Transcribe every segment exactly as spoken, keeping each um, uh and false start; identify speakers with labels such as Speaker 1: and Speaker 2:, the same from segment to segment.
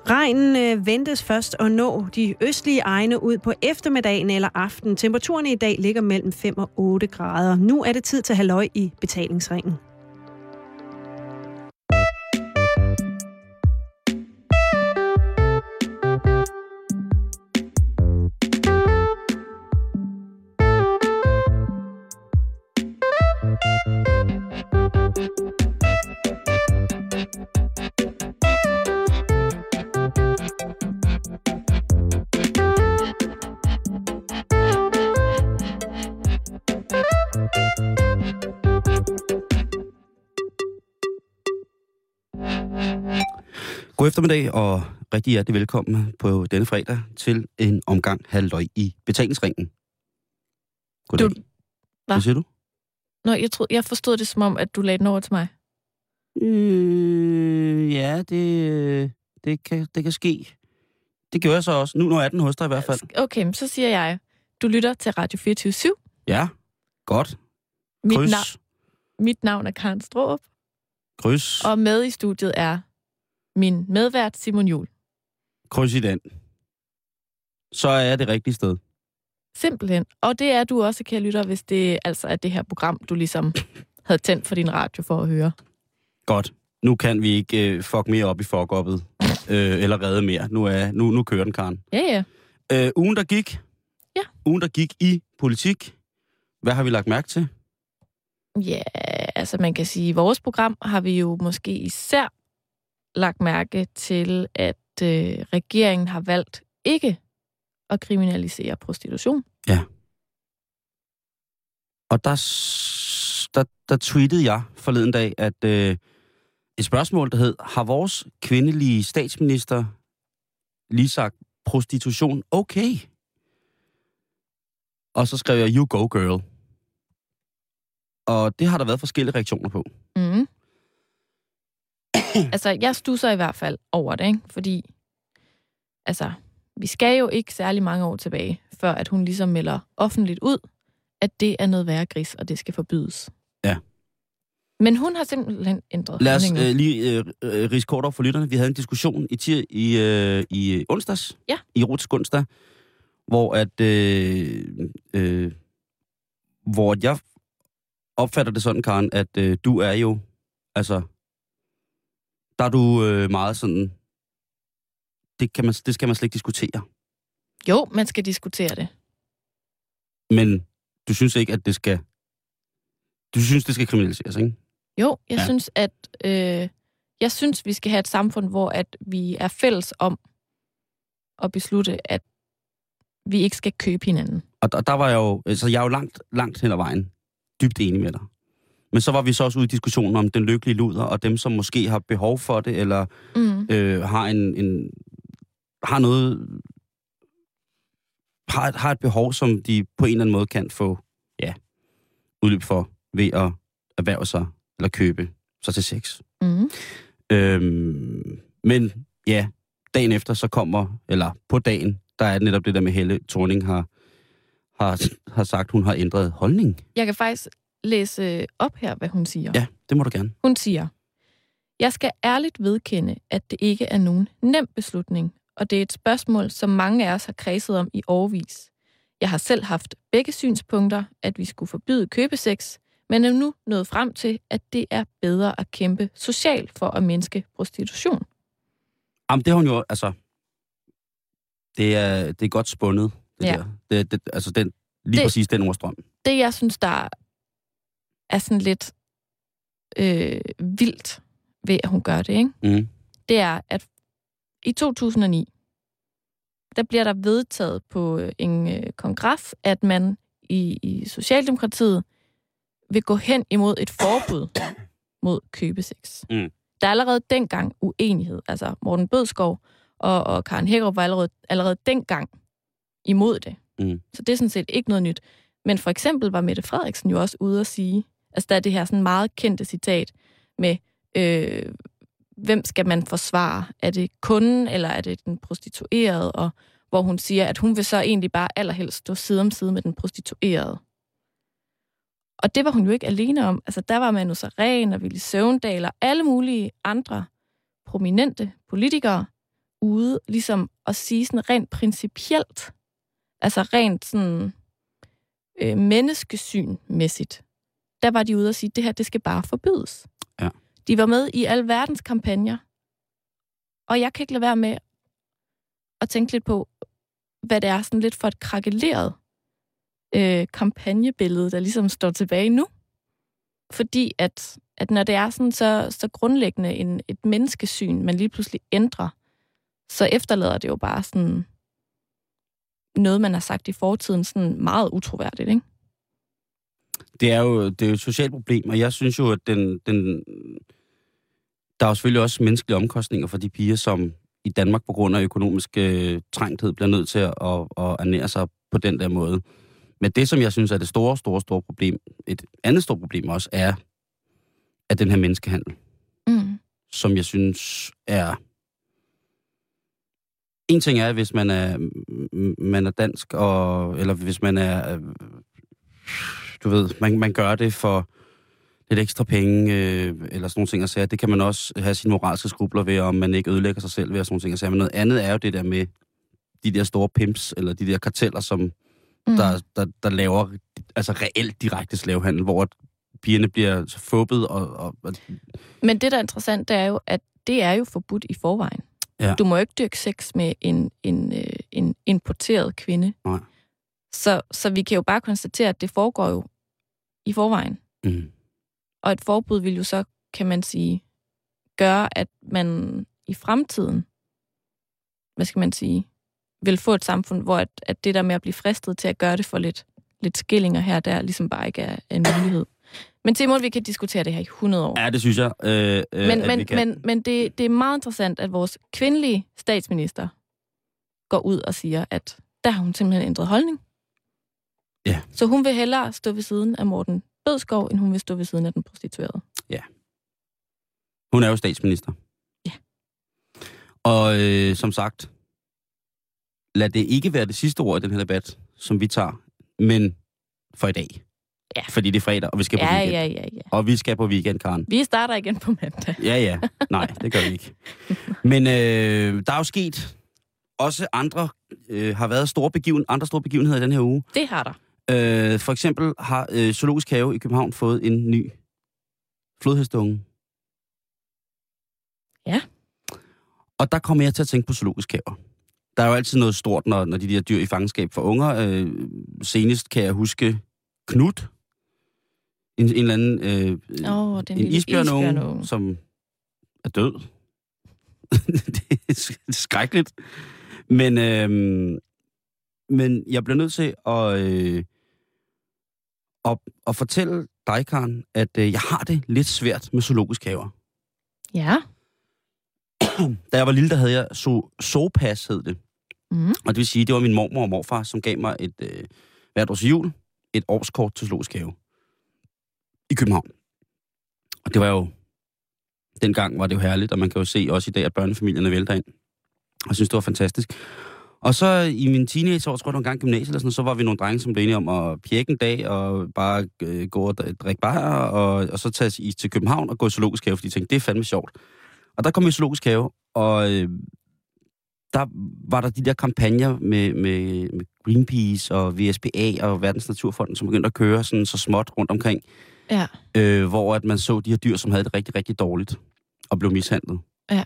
Speaker 1: Regnen øh, ventes først at nå de østlige egne ud på eftermiddagen eller aften. Temperaturen i dag ligger mellem fem og otte grader. Nu er det tid til halløj i betalingsringen.
Speaker 2: God eftermiddag og rigtig hjertelig velkommen på denne fredag til en omgang halløj i betalingsringen. Goddag.
Speaker 3: Du,
Speaker 2: hvad siger du?
Speaker 3: Nå, jeg, troede, jeg forstod det som om, at du lagde den over til mig.
Speaker 2: Øh, ja, det, det, kan, det kan ske. Det gjorde jeg så også. Nu, nu er den hos dig i hvert fald.
Speaker 3: Okay, så siger jeg, du lytter til Radio fireogtyve syv.
Speaker 2: Ja, godt.
Speaker 3: Mit,
Speaker 2: Kryds.
Speaker 3: na- mit navn er Karen Straarup.
Speaker 2: Kryds.
Speaker 3: Og med i studiet er min medvært Simon Juhl.
Speaker 2: Kryds i den. Så er jeg det rigtige sted.
Speaker 3: Simpelthen. Og det er du også, kære lytter, hvis det altså er det her program, du ligesom havde tændt for din radio for at høre.
Speaker 2: Godt. Nu kan vi ikke øh, fuck mere op i fuck-uppet. øh, eller redde mere. Nu, er, nu, nu kører den, Karen.
Speaker 3: Ja, ja.
Speaker 2: Øh, ugen, der gik.
Speaker 3: Ja.
Speaker 2: Ugen, der gik i politik. Hvad har vi lagt mærke til?
Speaker 3: Ja, altså man kan sige, i vores program har vi jo måske især lagt mærke til, at øh, regeringen har valgt ikke at kriminalisere prostitution.
Speaker 2: Ja. Og der, der, der tweetede jeg forleden dag, at øh, et spørgsmål, der hed, har vores kvindelige statsminister lige sagt prostitution okay? Og så skrev jeg, you go girl. Og det har der været forskellige reaktioner på.
Speaker 3: Mm. Altså, jeg stusser i hvert fald over det, ikke? Fordi, altså, vi skal jo ikke særlig mange år tilbage, før at hun ligesom melder offentligt ud, at det er noget værre gris, og det skal forbydes.
Speaker 2: Ja.
Speaker 3: Men hun har simpelthen ændret
Speaker 2: Lad os
Speaker 3: holdningen.
Speaker 2: øh, lige øh, ridse kort over for lytterne. Vi havde en diskussion i, tir, i, øh, i onsdags,
Speaker 3: ja.
Speaker 2: i erotisk onsdag, hvor at, øh, øh, hvor jeg opfatter det sådan, Karen, at øh, du er jo, altså, der er du øh, meget sådan, det, kan man, det skal man slet ikke diskutere.
Speaker 3: Jo, man skal diskutere det.
Speaker 2: Men du synes ikke, at det skal, du synes, det skal kriminaliseres, ikke?
Speaker 3: Jo, jeg
Speaker 2: ja.
Speaker 3: synes, at øh, jeg synes, vi skal have et samfund, hvor at vi er fælles om at beslutte, at vi ikke skal købe hinanden.
Speaker 2: Og der, der var jeg jo, altså jeg er jo langt, langt hen ad vejen dybt enig med dig. Men så var vi så også ude i diskussionen om den lykkelige luder, og dem, som måske har behov for det, eller mm. øh, har en, en har noget, har, har et behov, som de på en eller anden måde kan få, ja, udløb for, ved at erhverve sig, eller købe sig til sex.
Speaker 3: Mm.
Speaker 2: Øhm, men ja, dagen efter så kommer, eller på dagen, der er netop det der med Helle Thorning har, har, har sagt, hun har ændret holdning.
Speaker 3: Jeg kan faktisk læse op her, hvad hun siger.
Speaker 2: Ja, det må du gerne.
Speaker 3: Hun siger, jeg skal ærligt vedkende, at det ikke er nogen nem beslutning, og det er et spørgsmål, som mange af os har kredset om i årevis. Jeg har selv haft begge synspunkter, at vi skulle forbyde købesex, men er nu nået frem til, at det er bedre at kæmpe socialt for at mindske prostitution.
Speaker 2: Jamen, det har hun jo, altså, det er, det er godt spundet, det
Speaker 3: ja.
Speaker 2: der. Det, det, altså, den, lige
Speaker 3: det,
Speaker 2: præcis den ordstrøm.
Speaker 3: Det, jeg synes, der er sådan lidt øh, vildt ved, at hun gør det, ikke?
Speaker 2: Mm.
Speaker 3: Det er, at i to tusind og ni, der bliver der vedtaget på en øh, kongres, at man i, i Socialdemokratiet vil gå hen imod et forbud mod købesex.
Speaker 2: Mm.
Speaker 3: Der er allerede dengang uenighed. Altså Morten Bødskov og, og Karen Hækkerup var allerede, allerede dengang imod det.
Speaker 2: Mm.
Speaker 3: Så det er sådan set ikke noget nyt. Men for eksempel var Mette Frederiksen jo også ude at sige, altså der er det her sådan meget kendte citat med, øh, hvem skal man forsvare? Er det kunden, eller er det den prostituerede? Og hvor hun siger, at hun vil så egentlig bare allerhelst stå side om side med den prostituerede. Og det var hun jo ikke alene om. Altså, der var Manu Sareen og Villy Søvndal og alle mulige andre prominente politikere, ude ligesom at sige sådan rent principielt, altså rent sådan øh, menneskesynmæssigt, der var de ude og sige, at det her, det skal bare forbydes.
Speaker 2: Ja.
Speaker 3: De var med i alverdens kampagner, og jeg kan ikke lade være med at tænke lidt på, hvad det er sådan lidt for et krakeleret øh, kampagnebillede, der ligesom står tilbage nu. Fordi at, at når det er sådan så, så grundlæggende en, et menneskesyn, man lige pludselig ændrer, så efterlader det jo bare sådan noget, man har sagt i fortiden, sådan meget utroværdigt, ikke?
Speaker 2: Det er jo, det er jo et socialt problem, og jeg synes jo, at den, den, der er jo selvfølgelig også menneskelige omkostninger for de piger, som i Danmark på grund af økonomisk øh, trængthed bliver nødt til at, at, at ernære sig på den der måde. Men det, som jeg synes er det store, store, store problem, et andet stort problem også, er, er den her menneskehandel.
Speaker 3: Mm.
Speaker 2: Som jeg synes er... En ting er, hvis man er, man er dansk, og, eller hvis man er... Du ved, man, man gør det for lidt ekstra penge, øh, eller sådan nogle ting at sige. Det kan man også have sine moralske skrubler ved, om man ikke ødelægger sig selv ved, sådan nogle ting at sige. Men noget andet er jo det der med de der store pimps, eller de der karteller, som mm. der, der, der laver altså reelt direkte slavehandel, hvor pigerne bliver så fubbet. Og, og, og...
Speaker 3: Men det, der er interessant, det er jo, at det er jo forbudt i forvejen. Ja. Du må jo ikke dyrke sex med en, en, en importeret kvinde.
Speaker 2: Nej.
Speaker 3: Så, så vi kan jo bare konstatere, at det foregår jo i forvejen.
Speaker 2: Mm.
Speaker 3: Og et forbud vil jo så, kan man sige, gøre, at man i fremtiden, hvad skal man sige, vil få et samfund, hvor at, at det der med at blive fristet til at gøre det for lidt, lidt skillinger her, der ligesom bare ikke er en mulighed. Men Timon, vi kan diskutere det her i hundrede år.
Speaker 2: Ja, det synes jeg. Øh, øh,
Speaker 3: men men, men, men det, det er meget interessant, at vores kvindelige statsminister går ud og siger, at der har hun simpelthen ændret holdning.
Speaker 2: Ja.
Speaker 3: Så hun vil hellere stå ved siden af Morten Bødskov, end hun vil stå ved siden af den prostituerede.
Speaker 2: Ja. Hun er jo statsminister.
Speaker 3: Ja.
Speaker 2: Og øh, som sagt, lad det ikke være det sidste ord i den her debat, som vi tager, men for i dag.
Speaker 3: Ja.
Speaker 2: Fordi det er fredag, og vi skal på
Speaker 3: ja,
Speaker 2: weekend.
Speaker 3: Ja, ja, ja.
Speaker 2: Og vi skal på weekend, Karen.
Speaker 3: Vi starter igen på mandag.
Speaker 2: Ja, ja. Nej, det gør vi ikke. Men øh, der er jo sket også andre, øh, har været store begiven, andre store begivenheder i den her uge.
Speaker 3: Det har der.
Speaker 2: Øh, for eksempel har øh, Zoologisk Have i København fået en ny flodhestunge.
Speaker 3: Ja.
Speaker 2: Og der kommer jeg til at tænke på zoologisk haver. Der er jo altid noget stort, når, når de der dyr i fangenskab for unger. Øh, senest kan jeg huske Knut, en, en eller anden øh,
Speaker 3: oh, den
Speaker 2: en isbjørnunge, som er død. Det er skrækkeligt. Men, øh, men jeg bliver nødt til at, øh, at, at fortælle dig, Karen, at øh, jeg har det lidt svært med zoologisk haver.
Speaker 3: Ja.
Speaker 2: Da jeg var lille, der havde jeg so, Zoopass, hed det.
Speaker 3: Mm.
Speaker 2: Og det vil sige, det var min mormor og morfar, som gav mig et øh, hvert års jul, et årskort til zoologisk have i København. Og det var jo, dengang var det jo herligt, og man kan jo se også i dag, at børnefamilierne vælter ind. Og jeg synes, det var fantastisk. Og så i min teenageår, tror jeg, det var en gang gymnasiet eller sådan, så var vi nogle drenge, som blev enige om at pjekke en dag, og bare øh, gå og drikke bajer, og, og så tage i til København og gå i zoologisk have, fordi de tænkte, det er fandme sjovt. Og der kom vi i zoologisk have, og øh, der var der de der kampagner med, med, med Greenpeace og V S P A og Verdens Naturfonden, som begyndte at køre sådan så småt rundt omkring.
Speaker 3: Ja.
Speaker 2: Øh, hvor at man så de her dyr, som havde det rigtig, rigtig dårligt og blev mishandlet.
Speaker 3: Ja.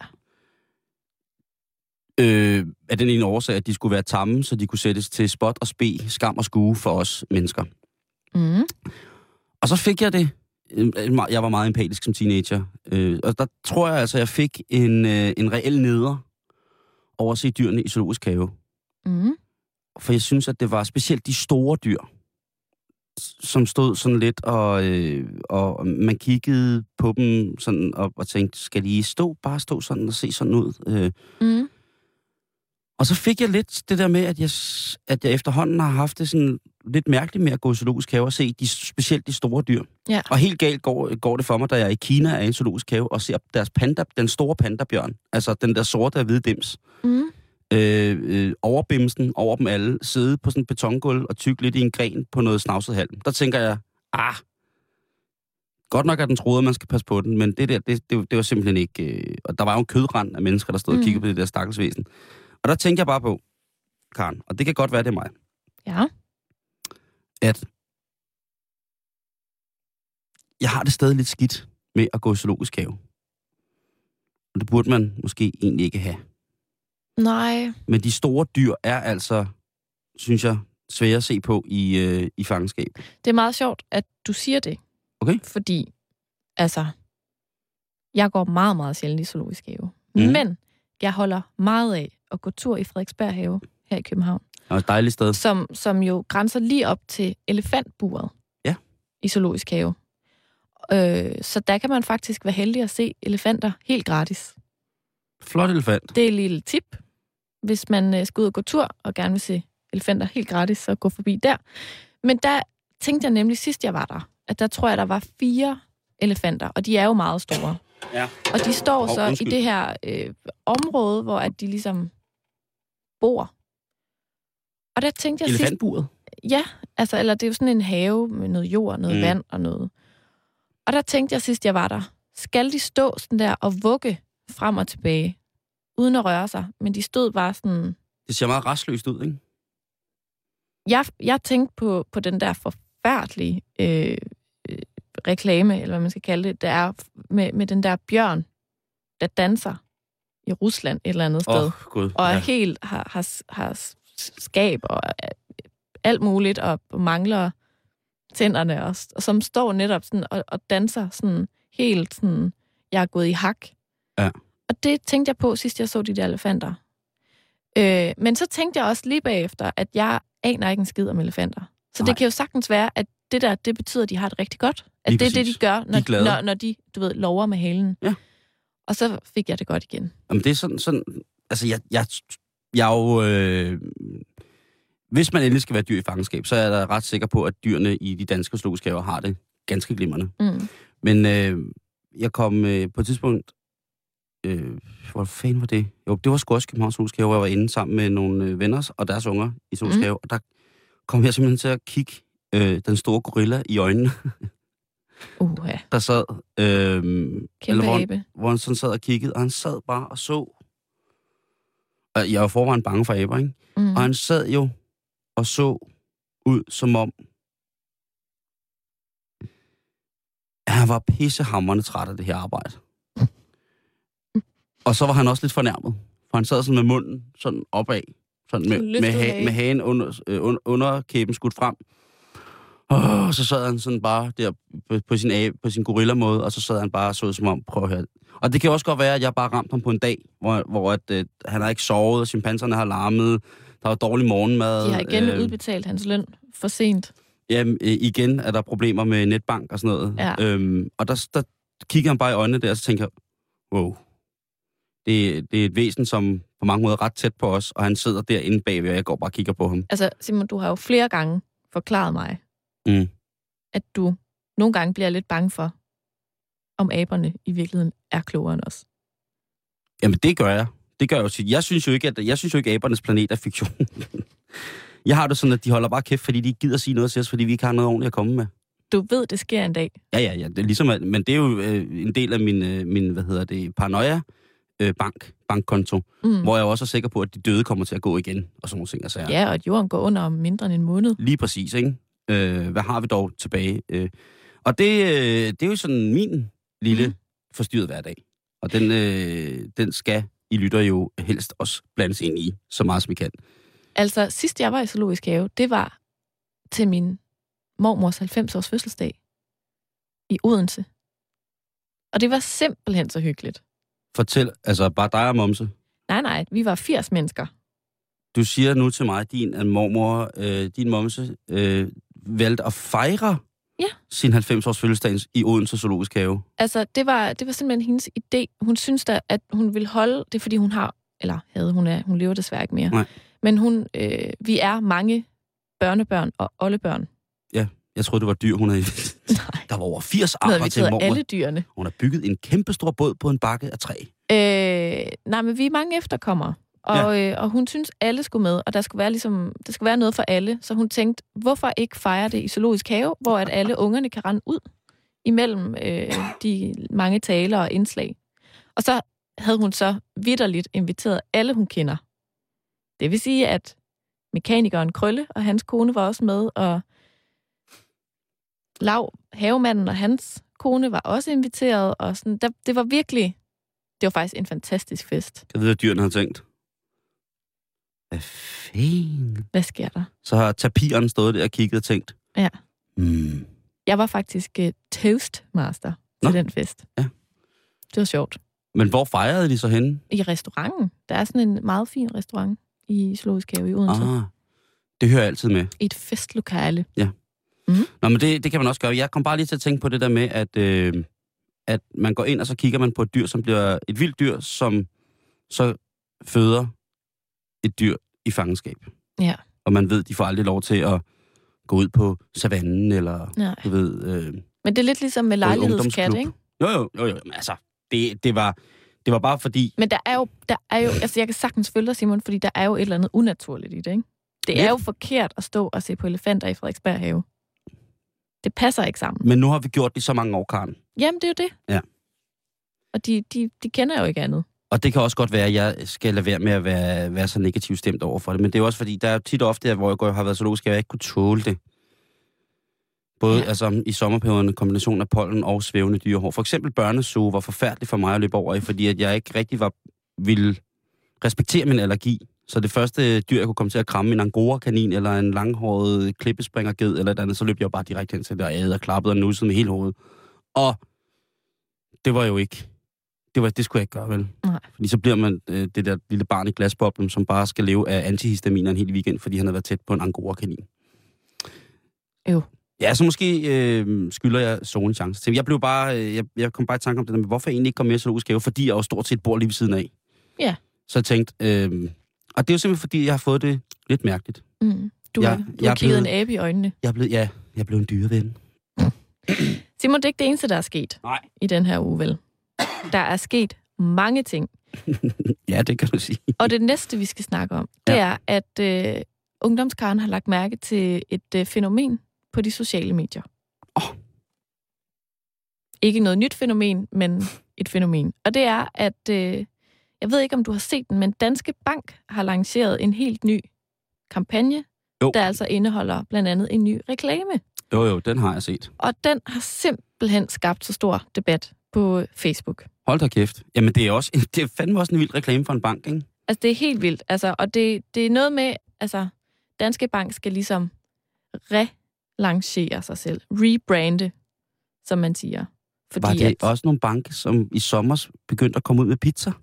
Speaker 2: Øh, af den ene årsag, at de skulle være tamme, så de kunne sættes til spot og spe, skam og skue for os mennesker.
Speaker 3: Mm.
Speaker 2: Og så fik jeg det. Jeg var meget empatisk som teenager. Øh, og der tror jeg altså, jeg fik en, øh, en reel neder over at se dyrene i zoologisk have.
Speaker 3: Mm.
Speaker 2: For jeg synes, at det var specielt de store dyr, som stod sådan lidt, og, øh, og man kiggede på dem sådan og, og tænkte, skal de stå, bare stå sådan og se sådan ud? Øh.
Speaker 3: Mm.
Speaker 2: Og så fik jeg lidt det der med, at jeg, at jeg efterhånden har haft det sådan lidt mærkeligt med at gå i zoologisk have og se de, specielt de store dyr.
Speaker 3: Ja.
Speaker 2: Og helt galt går, går det for mig, da jeg i Kina er i en zoologisk have og ser deres panda, den store pandabjørn, altså den der sorte af hvide dims.
Speaker 3: Mm.
Speaker 2: Øh, øh, overbimsen over dem alle, sidde på sådan en betongulv og tygge lidt i en gren på noget snavset halm. Der tænker jeg, ah, godt nok, at den troede, at man skal passe på den, men det der, det, det, det var simpelthen ikke... Øh, og der var jo en kødrand af mennesker, der stod mm. og kiggede på det der stakkelsvæsen. Og der tænkte jeg bare på, Karen, og det kan godt være, det er mig.
Speaker 3: Ja.
Speaker 2: At jeg har det stadig lidt skidt med at gå i zoologisk have. Og det burde man måske egentlig ikke have.
Speaker 3: Nej.
Speaker 2: Men de store dyr er altså, synes jeg, svære at se på i, øh, i fangenskab.
Speaker 3: Det er meget sjovt, at du siger det.
Speaker 2: Okay.
Speaker 3: Fordi, altså, jeg går meget, meget sjældent i zoologisk have. Mm. Men jeg holder meget af at gå tur i Frederiksberg Have her i København.
Speaker 2: Det er et dejligt sted.
Speaker 3: Som, som jo grænser lige op til elefantburet.
Speaker 2: Ja.
Speaker 3: I zoologisk have. Øh, så der kan man faktisk være heldig at se elefanter helt gratis.
Speaker 2: Flot elefant.
Speaker 3: Det er et lille tip. Hvis man øh, skal ud og gå tur og gerne vil se elefanter helt gratis, så gå forbi der. Men der tænkte jeg nemlig sidst jeg var der, at der tror jeg, der var fire elefanter, og de er jo meget store.
Speaker 2: Ja.
Speaker 3: Og de står
Speaker 2: oh,
Speaker 3: så
Speaker 2: undskyld.
Speaker 3: i det her øh, område, hvor at de ligesom bor. Og der tænkte jeg
Speaker 2: elefantburet?
Speaker 3: Sidst, ja, altså, eller det er jo sådan en have med noget jord, noget mm. vand og noget. Og der tænkte jeg sidst jeg var der, skal de stå sådan der og vugge frem og tilbage, uden at røre sig, men de stod bare sådan...
Speaker 2: Det ser meget rastløst ud, ikke?
Speaker 3: Jeg, jeg tænkte på, på den der forfærdelige øh, øh, reklame, eller hvad man skal kalde det, der er med, med den der bjørn, der danser i Rusland et eller andet sted.
Speaker 2: Oh, God.
Speaker 3: Og er
Speaker 2: Ja.
Speaker 3: helt har, har, har skab og alt muligt, og mangler tænderne også, og som står netop sådan og, og danser sådan helt sådan, jeg er gået i hak.
Speaker 2: Ja.
Speaker 3: Og det tænkte jeg på, sidst jeg så de der elefanter. Øh, men så tænkte jeg også lige bagefter, at jeg aner ikke en skid om elefanter. Så Nej. Det kan jo sagtens være, at det der, det betyder, at de har det rigtig godt. At
Speaker 2: lige
Speaker 3: det er
Speaker 2: præcis.
Speaker 3: det, de gør, når
Speaker 2: de,
Speaker 3: de, når, når de du ved, lover med halen.
Speaker 2: Ja.
Speaker 3: Og så fik jeg det godt igen.
Speaker 2: Jamen, det er sådan... sådan altså, jeg, jeg, jeg er jo... Øh, hvis man endelig skal være dyr i fangenskab, så er jeg da ret sikker på, at dyrene i de danske zoologiske haver har det ganske glimrende.
Speaker 3: Mm.
Speaker 2: Men øh, jeg kom øh, på et tidspunkt... Øh, hvor fanden var det? Jo, det var sgu også Københavns Zoologisk Have, hvor jeg var inde sammen med nogle øh, venner og deres unger i Zoologisk mm. Have. Og der kom jeg simpelthen til at kigge øh, den store gorilla i øjnene.
Speaker 3: Uh, ja.
Speaker 2: Der sad... Øh,
Speaker 3: Kæmpe
Speaker 2: eller hvor,
Speaker 3: abe.
Speaker 2: hvor han sådan sad og kiggede, og han sad bare og så... Og jeg var forvejen bange for aber, ikke?
Speaker 3: Mm.
Speaker 2: Og han sad jo og så ud, som om han var pissehamrende træt af det her arbejde. Og så var han også lidt fornærmet, for han sad sådan med munden sådan opad, sådan med, med, ha- med hagen under, øh, under, under kæben skudt frem. Og så sad han sådan bare der på, på sin abe, på sin gorilla-måde, og så sad han bare og så ud som om, prøv her. Og det kan også godt være, at jeg bare ramte ham på en dag, hvor, hvor at, øh, han har ikke sovet, og chimpanserne har larmet, der var dårlig morgenmad.
Speaker 3: De har igen
Speaker 2: øh,
Speaker 3: udbetalt hans løn for sent.
Speaker 2: Jamen, øh, igen er der problemer med netbank og sådan noget.
Speaker 3: Ja.
Speaker 2: Øhm, og der, der kigger han bare i øjnene der, og så tænker jeg, wow, det, det er et væsen, som på mange måder er ret tæt på os, og han sidder derinde bagved, og jeg går bare og kigger på ham.
Speaker 3: Altså, Simon, du har jo flere gange forklaret mig,
Speaker 2: Mm.
Speaker 3: at du nogle gange bliver lidt bange for, om aberne i virkeligheden er klogere end os.
Speaker 2: Jamen, det gør jeg. Det gør jeg jo tit. Jeg synes jo ikke, at jeg synes jo ikke, at abernes planet er fiktion. Jeg har det sådan, at de holder bare kæft, fordi de ikke gider sige noget til os, fordi vi ikke har noget ordentligt at komme med.
Speaker 3: Du ved, det sker en dag.
Speaker 2: Ja, ja, ja. Det er ligesom, at, men det er jo øh, en del af min, øh, min hvad hedder det, paranoia øh, bank, bankkonto, mm. hvor jeg også er sikker på, at de døde kommer til at gå igen, og sådan nogle ting. Altså,
Speaker 3: ja, og at jorden går under om mindre end en måned.
Speaker 2: Lige præcis, ikke? Øh, hvad har vi dog tilbage? Øh, og det, øh, det er jo sådan min lille mm. forstyrret hverdag. Og den, øh, den skal I lytter jo helst også blandes ind i, så meget som vi kan.
Speaker 3: Altså, sidst jeg var i Zoologisk Have, det var til min mormors halvfems-års fødselsdag i Odense. Og det var simpelthen så hyggeligt.
Speaker 2: Fortæl, altså bare dig og momse.
Speaker 3: Nej, nej, vi var firs mennesker.
Speaker 2: Du siger nu til mig, at din mormor, øh, din momse, øh, valgte at fejre
Speaker 3: ja.
Speaker 2: sin halvfems-års fødselsdag i Odense Zoologisk Have.
Speaker 3: Altså, det var, det var simpelthen hendes idé. Hun synes da, at hun ville holde det, fordi hun har, eller havde, hun er, hun lever desværre ikke mere.
Speaker 2: Nej.
Speaker 3: Men hun, øh, vi er mange børnebørn og oldebørn.
Speaker 2: Ja, jeg troede, det var dyr, hun havde. Der var over firs arter til mormor.
Speaker 3: alle dyrene.
Speaker 2: Hun har bygget en kæmpestor båd på en bakke af træ.
Speaker 3: Øh, nej, men vi er mange efterkommere. Og, ja. øh, og hun synes, alle skulle med, og der skulle være, ligesom, der skulle være noget for alle. Så hun tænkte, hvorfor ikke fejre det i Zoologisk Have, hvor at alle ungerne kan rende ud imellem øh, de mange taler og indslag. Og så havde hun så vitterligt inviteret alle, hun kender. Det vil sige, at mekanikeren Krølle og hans kone var også med, og Lav, havemanden og hans kone var også inviteret, og sådan, der, det var virkelig, det var faktisk en fantastisk fest.
Speaker 2: Jeg ved, at dyrene har tænkt. Hvad fint.
Speaker 3: Hvad sker der?
Speaker 2: Så har tapiren stået der og kigget og tænkt.
Speaker 3: Ja.
Speaker 2: Mm.
Speaker 3: Jeg var faktisk uh, toastmaster til
Speaker 2: Nå.
Speaker 3: den fest.
Speaker 2: Ja.
Speaker 3: Det var sjovt.
Speaker 2: Men hvor fejrede de så henne?
Speaker 3: I restauranten. Der er sådan en meget fin restaurant i Zoologisk Have i Odense.
Speaker 2: Ah, det hører jeg altid med.
Speaker 3: I et festlokale.
Speaker 2: Ja.
Speaker 3: Mm-hmm.
Speaker 2: Nå, men det, det kan man også gøre. Jeg kom bare lige til at tænke på det der med, at, øh, at man går ind, og så kigger man på et dyr, som bliver et vildt dyr, som så føder et dyr i fangenskab.
Speaker 3: Ja.
Speaker 2: Og man ved, de får aldrig lov til at gå ud på savannen, eller
Speaker 3: Nej.
Speaker 2: du ved... Øh,
Speaker 3: Men det er lidt ligesom med lejlighedskat, ikke?
Speaker 2: Jo, jo, jo, jo. Men altså, det, det, var, det var bare fordi...
Speaker 3: Men der er jo, der er jo, altså jeg kan sagtens følge dig, Simon, fordi der er jo et eller andet unaturligt i det, ikke? Det er
Speaker 2: Ja.
Speaker 3: jo forkert at stå og se på elefanter i Frederiksberg Have. Det passer ikke sammen.
Speaker 2: Men nu har vi gjort det i så mange år, Karen.
Speaker 3: Jamen, det er jo det.
Speaker 2: Ja.
Speaker 3: Og de, de, de kender jo ikke andet.
Speaker 2: Og det kan også godt være, at jeg skal lade være med at være, være så negativt stemt over for det. Men det er også fordi, der er tit og ofte, hvor jeg går, har været zoologisk, at jeg ikke kunne tåle det. Både ja. altså, i sommerperioden, kombination af pollen og svævende dyrehår. For eksempel børnezoo var forfærdeligt for mig at løbe over i, fordi at jeg ikke rigtig var, ville respektere min allergi. Så det første dyr, jeg kunne komme til at kramme, en angora-kanin eller en langhåret klippespringerged eller et andet, så løb jeg jo bare direkte hen til det og æde og klappede og nussede med hele hovedet. Og det var jo ikke... Det, var, det skulle jeg ikke gøre, vel?
Speaker 3: Nej.
Speaker 2: Fordi så bliver man øh, det der lille barn i glasboblen, som bare skal leve af antihistaminer en hel weekend, fordi han har været tæt på en angora-kanin.
Speaker 3: Jo.
Speaker 2: Ja, så måske øh, skylder jeg Zoe en chance til. Jeg blev bare, øh, jeg, jeg kom bare i tanke om det der med, hvorfor jeg egentlig ikke kom med til zoologisk have, fordi jeg jo stort set bor lige ved siden af.
Speaker 3: Ja.
Speaker 2: Så jeg tænkte, øh, og det er jo simpelthen fordi, jeg har fået det lidt mærkeligt.
Speaker 3: Mm. Du,
Speaker 2: Ja,
Speaker 3: har, du
Speaker 2: jeg
Speaker 3: har
Speaker 2: er
Speaker 3: kigget
Speaker 2: blevet-
Speaker 3: en abe i øjnene.
Speaker 2: Jeg er blevet, ja, jeg er blevet en dyreven.
Speaker 3: Simon, det er ikke det eneste, der er sket
Speaker 2: Nej.
Speaker 3: i den her uge, vel? Der er sket mange ting.
Speaker 2: Ja, det kan du sige.
Speaker 3: Og det næste, vi skal snakke om, det
Speaker 2: Ja.
Speaker 3: er, at øh, ungdomskaren har lagt mærke til et øh, fænomen på de sociale medier.
Speaker 2: Oh.
Speaker 3: Ikke noget nyt fænomen, men et fænomen. Og det er, at øh, jeg ved ikke, om du har set den, men Danske Bank har lanceret en helt ny kampagne,
Speaker 2: Jo.
Speaker 3: der altså indeholder blandt andet en ny reklame.
Speaker 2: Jo, jo, den har jeg set.
Speaker 3: Og den har simpelthen skabt så stor debat på Facebook.
Speaker 2: Hold da kæft. Jamen, det er, også, det er fandme også en vild reklame for en bank, ikke?
Speaker 3: Altså, det er helt vildt. Altså, og det, det er noget med, altså, Danske Bank skal ligesom relancere sig selv. Rebrande, som man siger. Fordi
Speaker 2: Var det
Speaker 3: at,
Speaker 2: også nogle banke, som i sommer begyndte at komme ud med pizza?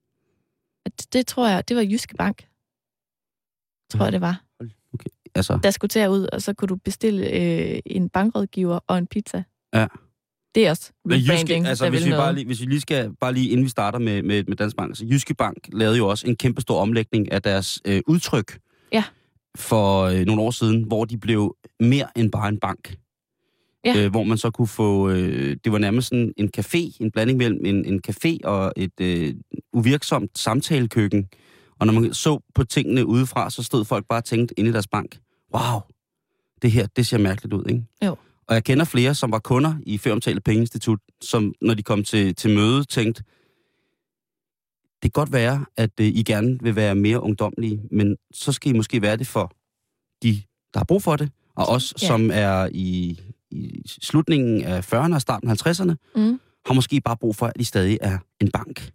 Speaker 3: at det tror jeg, det var Jyske Bank. Tror jeg, det var.
Speaker 2: Okay, altså...
Speaker 3: Der skulle til ud, og så kunne du bestille øh, en bankrådgiver og en pizza.
Speaker 2: Ja.
Speaker 3: Det er også
Speaker 2: Men Jyske,
Speaker 3: rebranding,
Speaker 2: altså,
Speaker 3: der
Speaker 2: hvis
Speaker 3: vil
Speaker 2: vi,
Speaker 3: noget.
Speaker 2: bare lige, hvis vi lige skal, bare lige inden vi starter med, med, med Dansk Bank, så Jyske Bank lavede jo også en kæmpe stor omlægning af deres øh, udtryk
Speaker 3: Ja.
Speaker 2: for øh, nogle år siden, hvor de blev mere end bare en bank.
Speaker 3: Ja.
Speaker 2: Øh, hvor man så kunne få, øh, det var nærmest sådan en café, en blanding mellem en, en café og et øh, uvirksomt samtalekøkken. Og når man så på tingene udefra, så stod folk bare og tænkte inde i deres bank, wow, det her, det ser mærkeligt ud, ikke?
Speaker 3: Jo.
Speaker 2: Og jeg kender flere, som var kunder i føromtalte pengeinstitut, som når de kom til, til møde, tænkte, det kan godt være, at øh, I gerne vil være mere ungdomlige, men så skal I måske være det for de, der har brug for det, og os,
Speaker 3: Ja.
Speaker 2: som er i, i slutningen af fyrrerne og starten af halvtredserne,
Speaker 3: Mm.
Speaker 2: har måske bare brug for, at I stadig er en bank.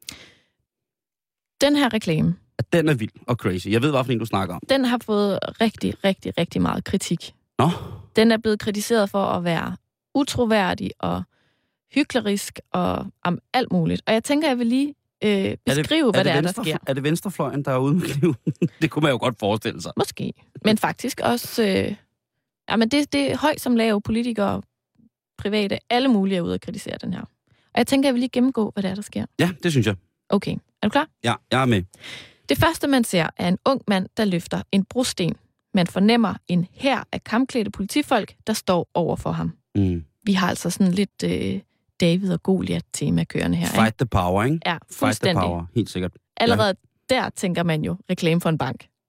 Speaker 3: Den her reklame,
Speaker 2: At den er vild og crazy. Jeg ved, hvorfor en du snakker om.
Speaker 3: den har fået rigtig, rigtig, rigtig meget kritik.
Speaker 2: Nå,
Speaker 3: Den er blevet kritiseret for at være utroværdig og hyklerisk og om alt muligt. Og jeg tænker, jeg vil lige øh, beskrive,
Speaker 2: er
Speaker 3: hvad det er, der
Speaker 2: venstre,
Speaker 3: sker.
Speaker 2: Er det venstrefløjen, der er ude med kniven? Det kunne man jo godt forestille sig.
Speaker 3: Måske. Men faktisk også... Øh, ja, men det, det er højt som lav politikere, private, alle mulige er ude at kritisere den her. Og jeg tænker, jeg vil lige gennemgå, hvad det er, der sker.
Speaker 2: Ja, det synes jeg.
Speaker 3: Okay, er du klar?
Speaker 2: Ja, jeg er med.
Speaker 3: Det første, man ser, er en ung mand, der løfter en brosten. Man fornemmer en hær af kampklædte politifolk, der står over for ham.
Speaker 2: Mm.
Speaker 3: Vi har altså sådan lidt øh, David og Goliat-tema kørende her.
Speaker 2: Fight
Speaker 3: Ikke?
Speaker 2: the power, ikke?
Speaker 3: Ja,
Speaker 2: Fight the
Speaker 3: fuldstændig.
Speaker 2: power, helt sikkert.
Speaker 3: Allerede der tænker man jo reklame for en bank.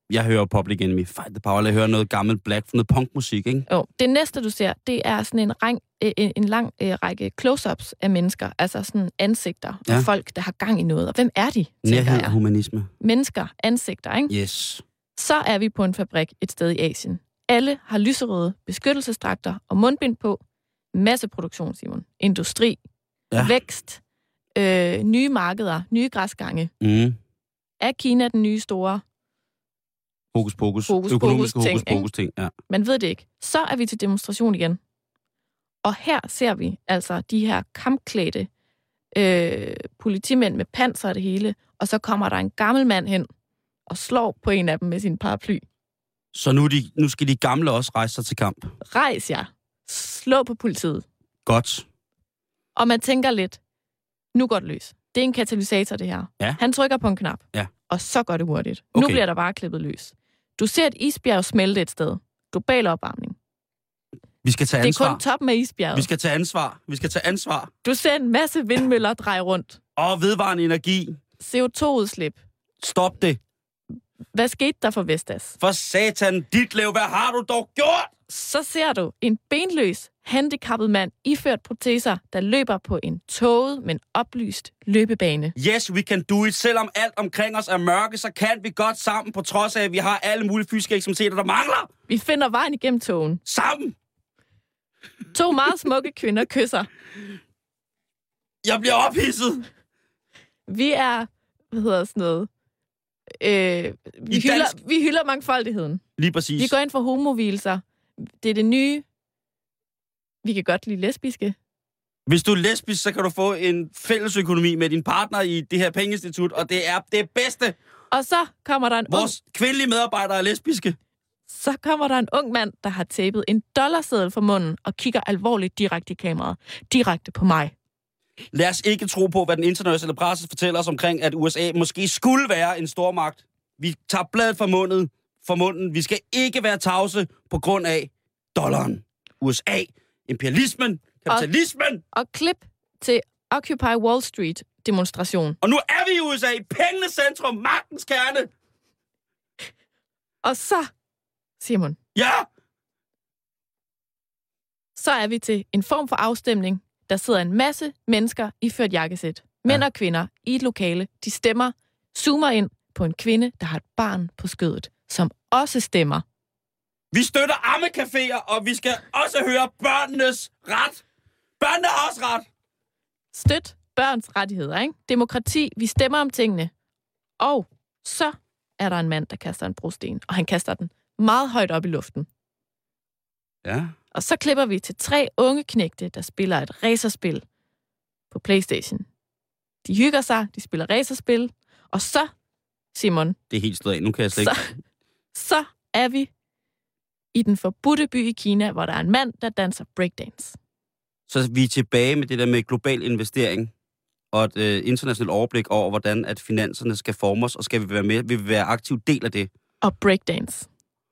Speaker 2: Jeg hører Public Enemy, Fight the Power, jeg hører noget gammelt black, noget punkmusik, ikke?
Speaker 3: Jo, det næste, du ser, det er sådan en, rang, en, en lang øh, række close-ups af mennesker, altså sådan ansigter ja. af folk, der har gang i noget. Og hvem er de, tænker
Speaker 2: Nærhed
Speaker 3: jeg?
Speaker 2: og humanisme.
Speaker 3: Mennesker, ansigter, ikke?
Speaker 2: Yes.
Speaker 3: Så er vi på en fabrik et sted i Asien. Alle har lyserøde beskyttelsesdragter og mundbind på. Masseproduktion, Simon. Industri. Ja. Vækst. Øh, nye markeder. Nye græsgange.
Speaker 2: Mm.
Speaker 3: Er Kina den nye store
Speaker 2: Hokus pokus.
Speaker 3: Hokus,
Speaker 2: Økonomiske
Speaker 3: pokus,
Speaker 2: hokus
Speaker 3: ting,
Speaker 2: pokus ting, ja.
Speaker 3: Man ved det ikke. Så er vi til demonstration igen. Og her ser vi altså de her kampklædte øh, politimænd med panser og det hele, og så kommer der en gammel mand hen og slår på en af dem med sin paraply.
Speaker 2: Så nu, de, nu skal de gamle også rejse sig til kamp?
Speaker 3: Rejs jer. Slå på politiet.
Speaker 2: Godt.
Speaker 3: Og man tænker lidt, nu går det løs. Det er en katalysator, det her.
Speaker 2: Ja.
Speaker 3: Han trykker på en knap,
Speaker 2: ja.
Speaker 3: og så går det hurtigt.
Speaker 2: Okay.
Speaker 3: Nu bliver der bare klippet løs. Du ser et isbjerg smelte et sted. Global opvarmning.
Speaker 2: Vi skal tage ansvar.
Speaker 3: Det er kun toppen af isbjerget.
Speaker 2: Vi skal tage ansvar. Vi skal tage ansvar.
Speaker 3: Du ser en masse vindmøller dreje rundt.
Speaker 2: Og vedvarende energi.
Speaker 3: C O to-udslip.
Speaker 2: Stop det.
Speaker 3: Hvad skete der for Vestas?
Speaker 2: For satan, Ditlev, hvad har du dog gjort?
Speaker 3: Så ser du en benløs, handicappet mand iført proteser, der løber på en tåget, men oplyst løbebane.
Speaker 2: Yes, we can do it. Selvom alt omkring os er mørke, så kan vi godt sammen, på trods af, at vi har alle mulige fysiske ekstremiteter, der mangler.
Speaker 3: Vi finder vejen igennem togen.
Speaker 2: Sammen!
Speaker 3: To meget smukke kvinder kysser.
Speaker 2: Jeg bliver ophidset.
Speaker 3: Vi er, hvad hedder sådan noget, øh, vi, hylder, dansk... vi hylder mangfoldigheden.
Speaker 2: Lige præcis.
Speaker 3: Vi går ind for homovilser. Det er det nye. Vi kan godt lide lesbiske.
Speaker 2: Hvis du er lesbisk, så kan du få en fælles økonomi med din partner i det her pengeinstitut, og det er det bedste.
Speaker 3: Og så kommer der en
Speaker 2: Vores
Speaker 3: ung...
Speaker 2: kvindelige medarbejdere er lesbiske.
Speaker 3: Så kommer der en ung mand, der har tapet en dollarseddel for munden og kigger alvorligt direkte i kameraet. Direkte på mig.
Speaker 2: Lad os ikke tro på, hvad den internationale presse fortæller os omkring, at U S A måske skulle være en stormagt. Vi tager bladet fra munden. For munden. Vi skal ikke være tavse på grund af dollaren. U S A, imperialismen, kapitalismen.
Speaker 3: Og, og klip til Occupy Wall Street demonstration.
Speaker 2: Og nu er vi i U S A, pengenes centrum, magtens kerne.
Speaker 3: Og så, Simon.
Speaker 2: Ja!
Speaker 3: Så er vi til en form for afstemning. Der sidder en masse mennesker iført jakkesæt. Mænd ja. og kvinder i et lokale. De stemmer, zoomer ind på en kvinde, der har et barn på skødet, som også stemmer.
Speaker 2: Vi støtter ammecaféer, og vi skal også høre børnenes ret. Børnene har også ret.
Speaker 3: Støt børns rettigheder, ikke? Demokrati, vi stemmer om tingene. Og så er der en mand, der kaster en brosten, og han kaster den meget højt op i luften.
Speaker 2: Ja.
Speaker 3: Og så klipper vi til tre unge knægte, der spiller et racerspil på PlayStation. De hygger sig, de spiller racerspil, og så, Simon...
Speaker 2: Det er helt stået af, nu kan jeg slet ikke...
Speaker 3: Så, så er vi i den forbudte by i Kina, hvor der er en mand, der danser breakdance.
Speaker 2: Så vi er tilbage med det der med global investering og et øh, internationalt overblik over, hvordan at finanserne skal formes, og skal vi være med, vil vi være aktiv del af det.
Speaker 3: Og breakdance.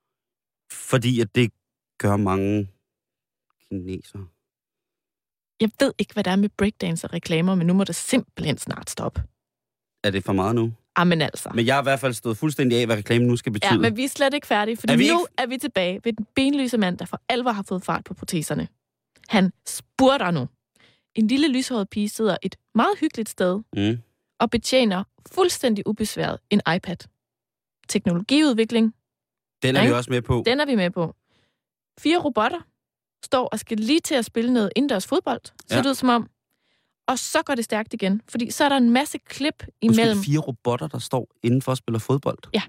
Speaker 2: Fordi at det gør mange kinesere.
Speaker 3: Jeg ved ikke, hvad der er med breakdance og reklamer, men nu må det simpelthen snart stoppe.
Speaker 2: Er det for meget nu?
Speaker 3: Amen altså.
Speaker 2: Men jeg har i hvert fald stået fuldstændig af, hvad reklamen nu skal betyde.
Speaker 3: Ja, men vi er slet ikke færdige, fordi
Speaker 2: er
Speaker 3: nu
Speaker 2: ikke...
Speaker 3: er vi tilbage ved den benlyse mand, der for alvor har fået fart på proteserne. Han spurter nu. En lille lyshåret pige sidder et meget hyggeligt sted
Speaker 2: mm.
Speaker 3: og betjener fuldstændig ubesværet en iPad. Teknologiudvikling.
Speaker 2: Den er
Speaker 3: ja,
Speaker 2: vi også med på.
Speaker 3: Den er vi med på. Fire robotter står og skal lige til at spille noget indendørs fodbold, ser ja. det ud som om. Og så går det stærkt igen, fordi så er der en masse klip imellem...
Speaker 2: Måske fire robotter, der står indenfor og spiller fodbold?
Speaker 3: Ja.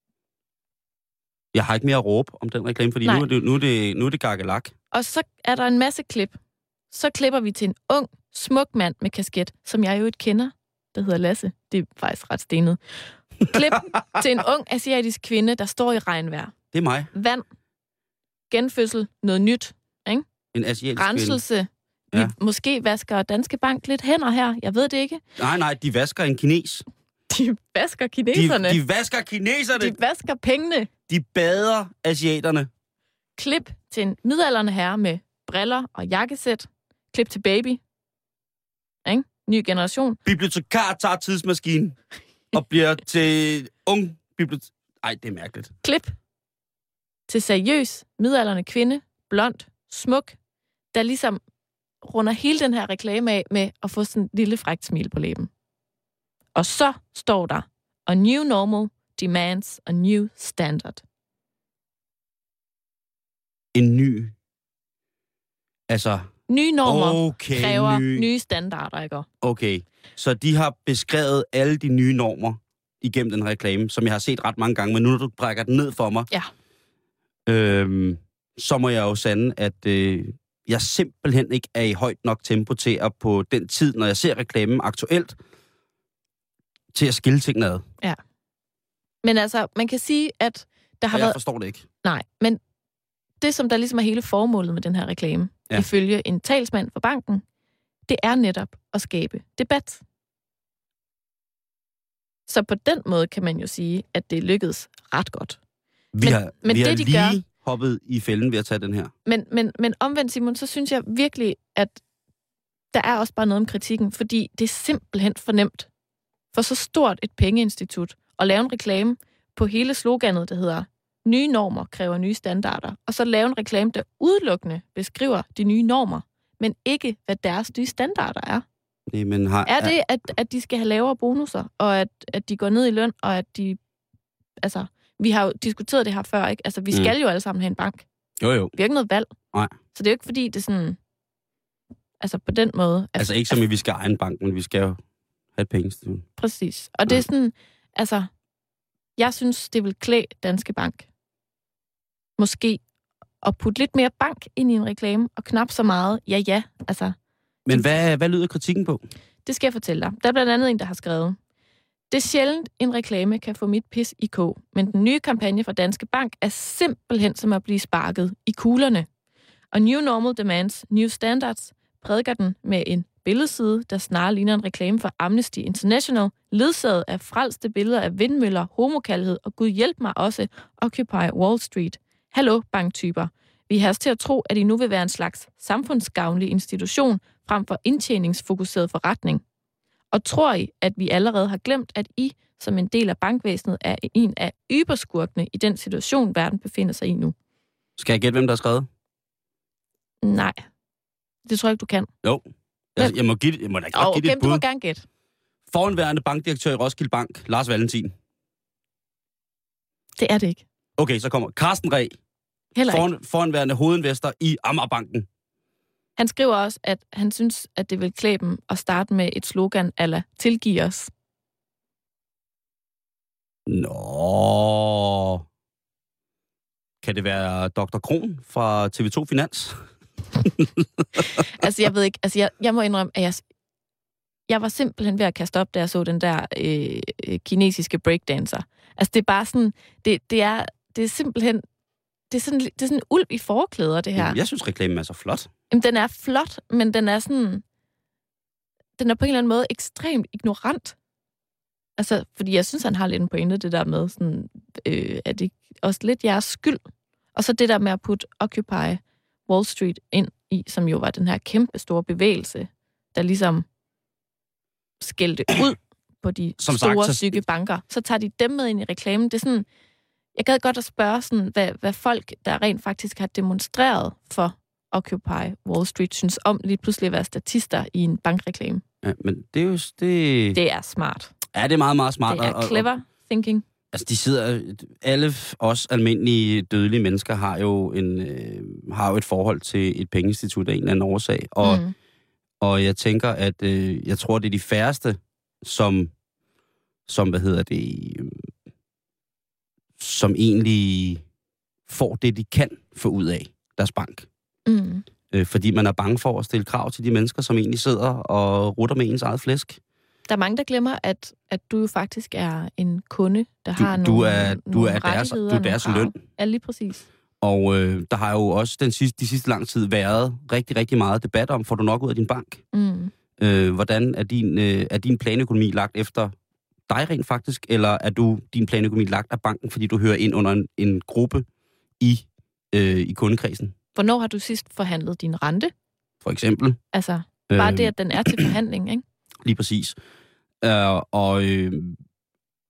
Speaker 2: Jeg har ikke mere at råbe om den reklame, fordi nu er, det, nu, er det, nu er det gakkelak.
Speaker 3: Og så er der en masse klip. Så klipper vi til en ung, smuk mand med kasket, som jeg jo ikke kender, der hedder Lasse. Det er faktisk ret stenet. Klip til en ung asiatisk kvinde, der står i regnvejr.
Speaker 2: Det er mig.
Speaker 3: Vand. Genfødsel. Noget nyt. Ikke?
Speaker 2: En asiatisk
Speaker 3: Renselse.
Speaker 2: kvinde.
Speaker 3: Vi
Speaker 2: Ja.
Speaker 3: måske vasker Danske Bank lidt hænder her. Jeg ved det ikke.
Speaker 2: Nej, nej, de vasker en kines.
Speaker 3: De vasker kineserne.
Speaker 2: De, de vasker kineserne.
Speaker 3: De vasker pengene.
Speaker 2: De bader asiaterne.
Speaker 3: Klip til en midaldrende herre med briller og jakkesæt. Klip til baby. Ikke? Ny generation.
Speaker 2: Bibliotekar tager tidsmaskinen og bliver til ung bibliotekar. Ej, det er mærkeligt.
Speaker 3: Klip til seriøs, midaldrende kvinde, blond, smuk, der ligesom runder hele den her reklame af med at få sådan en lille frækt smil på læben. Og så står der, a new normal demands a new standard.
Speaker 2: En ny... Altså...
Speaker 3: Nye normer
Speaker 2: okay,
Speaker 3: kræver
Speaker 2: ny...
Speaker 3: nye standarder, ikke?
Speaker 2: Okay, så de har beskrevet alle de nye normer igennem den reklame, som jeg har set ret mange gange, men nu når du brækker den ned for mig,
Speaker 3: ja.
Speaker 2: øhm, så må jeg jo sande, at øh, jeg simpelthen ikke er i højt nok tempo til at på den tid, når jeg ser reklamen aktuelt, til at skille tingene ad.
Speaker 3: Ja. Men altså, man kan sige, at der har
Speaker 2: jeg
Speaker 3: været...
Speaker 2: forstår det ikke.
Speaker 3: Nej, men det, som der ligesom er hele formålet med den her reklame, ja. Ifølge en talsmand for banken, det er netop at skabe debat. Så på den måde kan man jo sige, at det lykkedes ret godt.
Speaker 2: Vi
Speaker 3: men,
Speaker 2: har,
Speaker 3: men
Speaker 2: vi
Speaker 3: det,
Speaker 2: har
Speaker 3: de
Speaker 2: lige
Speaker 3: gør,
Speaker 2: hoppet i fælden ved at tage den her.
Speaker 3: Men, men, men omvendt, Simon, så synes jeg virkelig, at der er også bare noget om kritikken, fordi det er simpelthen for nemt for så stort et pengeinstitut at lave en reklame på hele sloganet, der hedder nye normer kræver nye standarder, og så lave en reklame, der udelukkende beskriver de nye normer, men ikke, hvad deres nye standarder er.
Speaker 2: Nej, men har,
Speaker 3: er det, at, at de skal have lavere bonusser, og at, at de går ned i løn, og at de... Altså, vi har jo diskuteret det her før, ikke? Altså, vi skal mm. jo alle sammen have en bank.
Speaker 2: Jo, jo.
Speaker 3: Vi har ikke noget valg.
Speaker 2: Nej.
Speaker 3: Så det er jo ikke, fordi det er sådan... Altså, på den måde... Altså,
Speaker 2: altså ikke som, at vi skal eje en bank, men vi skal jo have et pengeinstitut.
Speaker 3: Præcis. Og det er sådan... Altså, jeg synes, det vil klæde Danske Bank. Måske at putte lidt mere bank ind i en reklame, og knap så meget, ja, ja, altså...
Speaker 2: Men hvad, hvad lyder kritikken på?
Speaker 3: Det skal jeg fortælle dig. Der er blandt andet en, der har skrevet: det er sjældent, en reklame kan få mit pis i kog, men den nye kampagne fra Danske Bank er simpelthen som at blive sparket i kuglerne. Og New Normal Demands New Standards prædiker den med en billedside, der snarere ligner en reklame for Amnesty International, ledsaget af frelste billeder af vindmøller, homokærlighed og gud hjælp mig også Occupy Wall Street. Hallo, banktyper. Vi har til at tro, at I nu vil være en slags samfundsgavnlig institution frem for indtjeningsfokuseret forretning. Og tror I, at vi allerede har glemt, at I, som en del af bankvæsenet, er en af yberskurkene i den situation, verden befinder sig i nu?
Speaker 2: Skal jeg gætte, hvem der har skrevet?
Speaker 3: Nej. Det tror jeg ikke, du kan.
Speaker 2: Jo. Jeg, jeg må, give, jeg må da godt
Speaker 3: oh,
Speaker 2: give det et
Speaker 3: bud.
Speaker 2: bud.
Speaker 3: Du må gerne gætte.
Speaker 2: Foranværende bankdirektør i Roskilde Bank, Lars Valentin.
Speaker 3: Det er det ikke.
Speaker 2: Okay, så kommer Carsten Reh.
Speaker 3: Heller ikke.
Speaker 2: Foran, foranværende hovedinvestor i Amagerbanken.
Speaker 3: Han skriver også, at han synes, at det vil klæde dem at starte med et slogan ala tilgiv os.
Speaker 2: Nå. Kan det være doktor Kron fra T V to Finans?
Speaker 3: altså, jeg ved ikke. Altså, jeg, jeg må indrømme, at jeg, jeg var simpelthen ved at kaste op, da jeg så den der øh, kinesiske breakdancer. Altså, det er bare sådan, det, det, er, det er simpelthen, det er sådan, det er sådan en ulv i forklæder, det her.
Speaker 2: Jeg synes, reklamen er så flot.
Speaker 3: Jamen, den er flot, men den er sådan, den er på en eller anden måde ekstremt ignorant. Altså, fordi jeg synes, han har lidt en pointe, det der med, sådan, øh, at det også lidt jeres skyld. Og så det der med at putte Occupy Wall Street ind i, som jo var den her kæmpe store bevægelse, der ligesom skældte ud på de som store, sagt, syge banker. Så tager de dem med ind i reklamen. Det er sådan, jeg gad godt at spørge, sådan, hvad, hvad folk, der rent faktisk har demonstreret for Occupy Wall Street, synes om lige pludselig at være statister i en bankreklame.
Speaker 2: Ja, men det er jo... Det,
Speaker 3: det er smart.
Speaker 2: Ja, det er meget, meget smart.
Speaker 3: Det er clever og, thinking.
Speaker 2: Altså, de sidder... Alle os almindelige dødelige mennesker har jo, en, øh, har jo et forhold til et pengeinstitut af en eller anden årsag. Og, mm. og jeg tænker, at øh, jeg tror, det er de færreste, som, som hvad hedder det, øh, som egentlig får det, de kan få ud af deres bank.
Speaker 3: Mm.
Speaker 2: Øh, fordi man er bange for at stille krav til de mennesker, som egentlig sidder og rutter med ens eget flæsk.
Speaker 3: Der er mange, der glemmer, at, at du jo faktisk er en kunde, der
Speaker 2: du,
Speaker 3: har
Speaker 2: du
Speaker 3: nogle,
Speaker 2: er, du
Speaker 3: nogle
Speaker 2: er deres,
Speaker 3: rettigheder.
Speaker 2: Du er deres løn.
Speaker 3: Ja, lige præcis.
Speaker 2: Og øh, der har jo også den sidste, de sidste lang tid været rigtig, rigtig meget debat om, får du nok ud af din bank?
Speaker 3: Mm.
Speaker 2: Øh, hvordan er din, øh, er din planøkonomi lagt efter dig rent faktisk, eller er du din planøkonomi lagt af banken, fordi du hører ind under en, en gruppe i, øh, i kundekredsen?
Speaker 3: Hvornår har du sidst forhandlet din rente?
Speaker 2: For eksempel.
Speaker 3: Altså, bare øh, det, at den er til forhandling, ikke?
Speaker 2: Lige præcis. Uh, og, øh,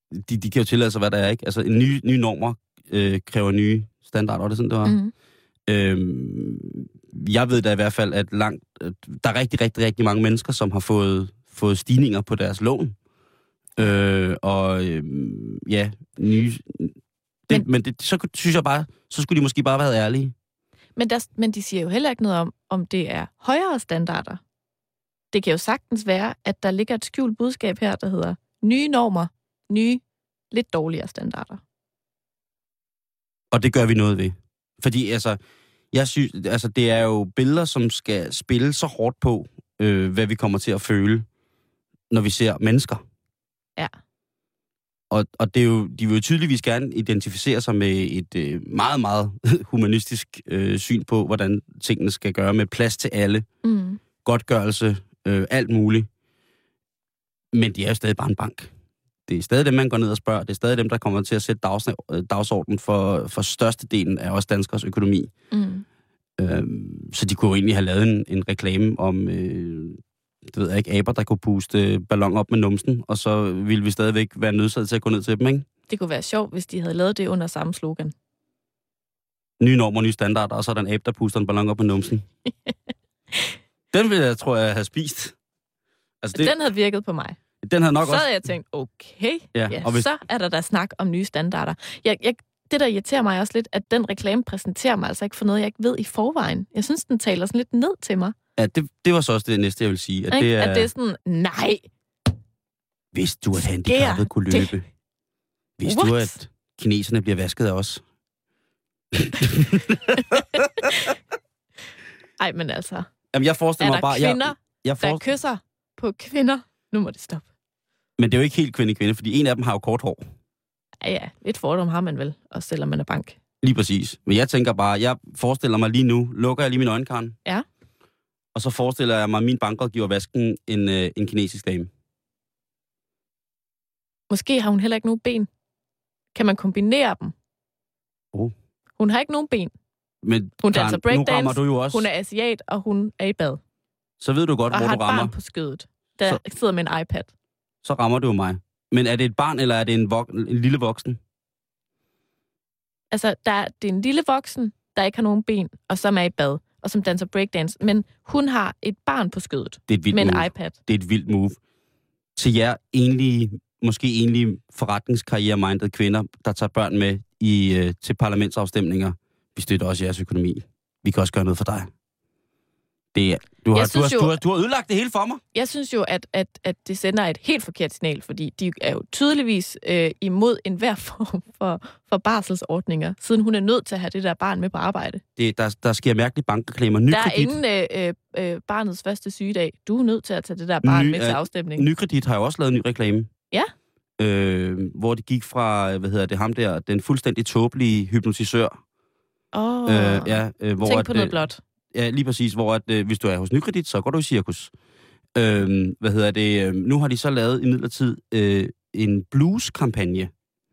Speaker 2: de, de kan jo tillade sig, hvad der er, ikke? Altså, en ny, nye normer øh, kræver nye standarder, og det er sådan, det var. Mm-hmm. Øhm, jeg ved da i hvert fald, at langt, der er rigtig, rigtig, rigtig mange mennesker, som har fået, fået stigninger på deres lån. Øh, og øh, ja, nye... Det, men men det, så synes jeg bare, så skulle de måske bare være ærlige.
Speaker 3: Men, der, men de siger jo heller ikke noget om, om det er højere standarder. Det kan jo sagtens være, at der ligger et skjult budskab her, der hedder nye normer, nye, lidt dårligere standarder.
Speaker 2: Og det gør vi noget ved. Fordi altså, jeg synes, altså, det er jo billeder, som skal spille så hårdt på, øh, hvad vi kommer til at føle, når vi ser mennesker.
Speaker 3: Ja.
Speaker 2: Og, og det er jo, de vil jo tydeligvis gerne identificere sig med et øh, meget, meget humanistisk øh, syn på, hvordan tingene skal gøre med plads til alle, mm. godtgørelse, øh, alt muligt. Men de er jo stadig bare en bank. Det er stadig dem, man går ned og spørger. Det er stadig dem, der kommer til at sætte dags, dagsordenen for, for størstedelen af os danskers økonomi. Mm. Øhm, så de kunne jo egentlig have lavet en, en reklame om... Øh, det ved jeg ikke, aber, der kunne puste ballon op med numsen, og så ville vi stadigvæk være nødsaget til at gå ned til dem, ikke? Det
Speaker 3: kunne være sjovt, hvis de havde lavet det under samme slogan.
Speaker 2: Nye normer, nye standarder, og så er der en abe, der puster en ballon op med numsen. Den ville jeg, tror jeg, have spist.
Speaker 3: Altså, det, den havde virket på mig.
Speaker 2: Den havde nok
Speaker 3: så
Speaker 2: også...
Speaker 3: Så havde jeg tænkt, okay, ja, ja,
Speaker 2: og hvis...
Speaker 3: så er der da snak om nye standarder. Jeg, jeg, det, der irriterer mig også lidt, at den reklame præsenterer mig altså ikke for noget, jeg ikke ved i forvejen. Jeg synes, den taler sådan lidt ned til mig.
Speaker 2: Ja, det, det var så også det næste, jeg vil sige. At, det er,
Speaker 3: at det er sådan, nej.
Speaker 2: Hvis du at handicappet kunne løbe. Det? Hvis What? du at kineserne bliver vasket af os.
Speaker 3: Ej, men altså.
Speaker 2: Jamen, jeg forestiller mig bare...
Speaker 3: Er der kvinder,
Speaker 2: jeg, jeg forest...
Speaker 3: der kysser på kvinder? Nu må det stoppe.
Speaker 2: Men det er jo ikke helt kvinde-kvinde, fordi en af dem har jo kort hår.
Speaker 3: Ja, ja. Lidt fordom har man vel, også selvom man er bank.
Speaker 2: Lige præcis. Men jeg tænker bare, jeg forestiller mig lige nu, lukker jeg lige min øjenkarn.
Speaker 3: Ja.
Speaker 2: Og så forestiller jeg mig, at min bankrådgiver vasken en, øh, en kinesisk dame.
Speaker 3: Måske har hun heller ikke nogen ben. Kan man kombinere dem?
Speaker 2: Oh.
Speaker 3: Hun har ikke nogen ben.
Speaker 2: Men
Speaker 3: hun danser breakdance,
Speaker 2: du jo også.
Speaker 3: Hun er asiat, og hun er i bad.
Speaker 2: Så ved du godt,
Speaker 3: og
Speaker 2: hvor du rammer. Og
Speaker 3: har et barn på skødet, der så, sidder med en iPad.
Speaker 2: Så rammer du jo mig. Men er det et barn, eller er det en, vok- en lille voksen?
Speaker 3: Altså, der, det er en lille voksen, der ikke har nogen ben, og som er i bad, og som danser breakdance. Men hun har et barn på skødet
Speaker 2: det er et vildt
Speaker 3: med en
Speaker 2: move.
Speaker 3: iPad.
Speaker 2: Det er et vildt move. Til jer enlige, måske enlige forretningskarriere-minded kvinder, der tager børn med i, øh, til parlamentsafstemninger, vi støtter også jeres økonomi. Vi kan også gøre noget for dig. Det er, du, har, du, har, jo, du, har, du har ødelagt det hele for mig.
Speaker 3: Jeg synes jo, at, at, at det sender et helt forkert signal, fordi de er jo tydeligvis øh, imod enhver form for, for barselsordninger, siden hun er nødt til at have det der barn med på arbejde.
Speaker 2: Det, der, der sker mærkelige bankreklamer. Nykredit.
Speaker 3: Der er ingen øh, øh, barnets første sygedag. Du er nødt til at tage det der barn Ny, med til afstemning.
Speaker 2: Nykredit har jo også lavet en ny reklame.
Speaker 3: Ja.
Speaker 2: Øh, hvor det gik fra, hvad hedder det, ham der, den fuldstændig tåbelige hypnotisør.
Speaker 3: Åh, oh, øh, ja, øh, hvor tænk på at, noget blot.
Speaker 2: Ja, lige præcis, hvor at, øh, hvis du er hos Nykredit, så går du i cirkus. Øh, hvad hedder det? Øh, nu har de så lavet i midlertid øh, en blues-kampagne.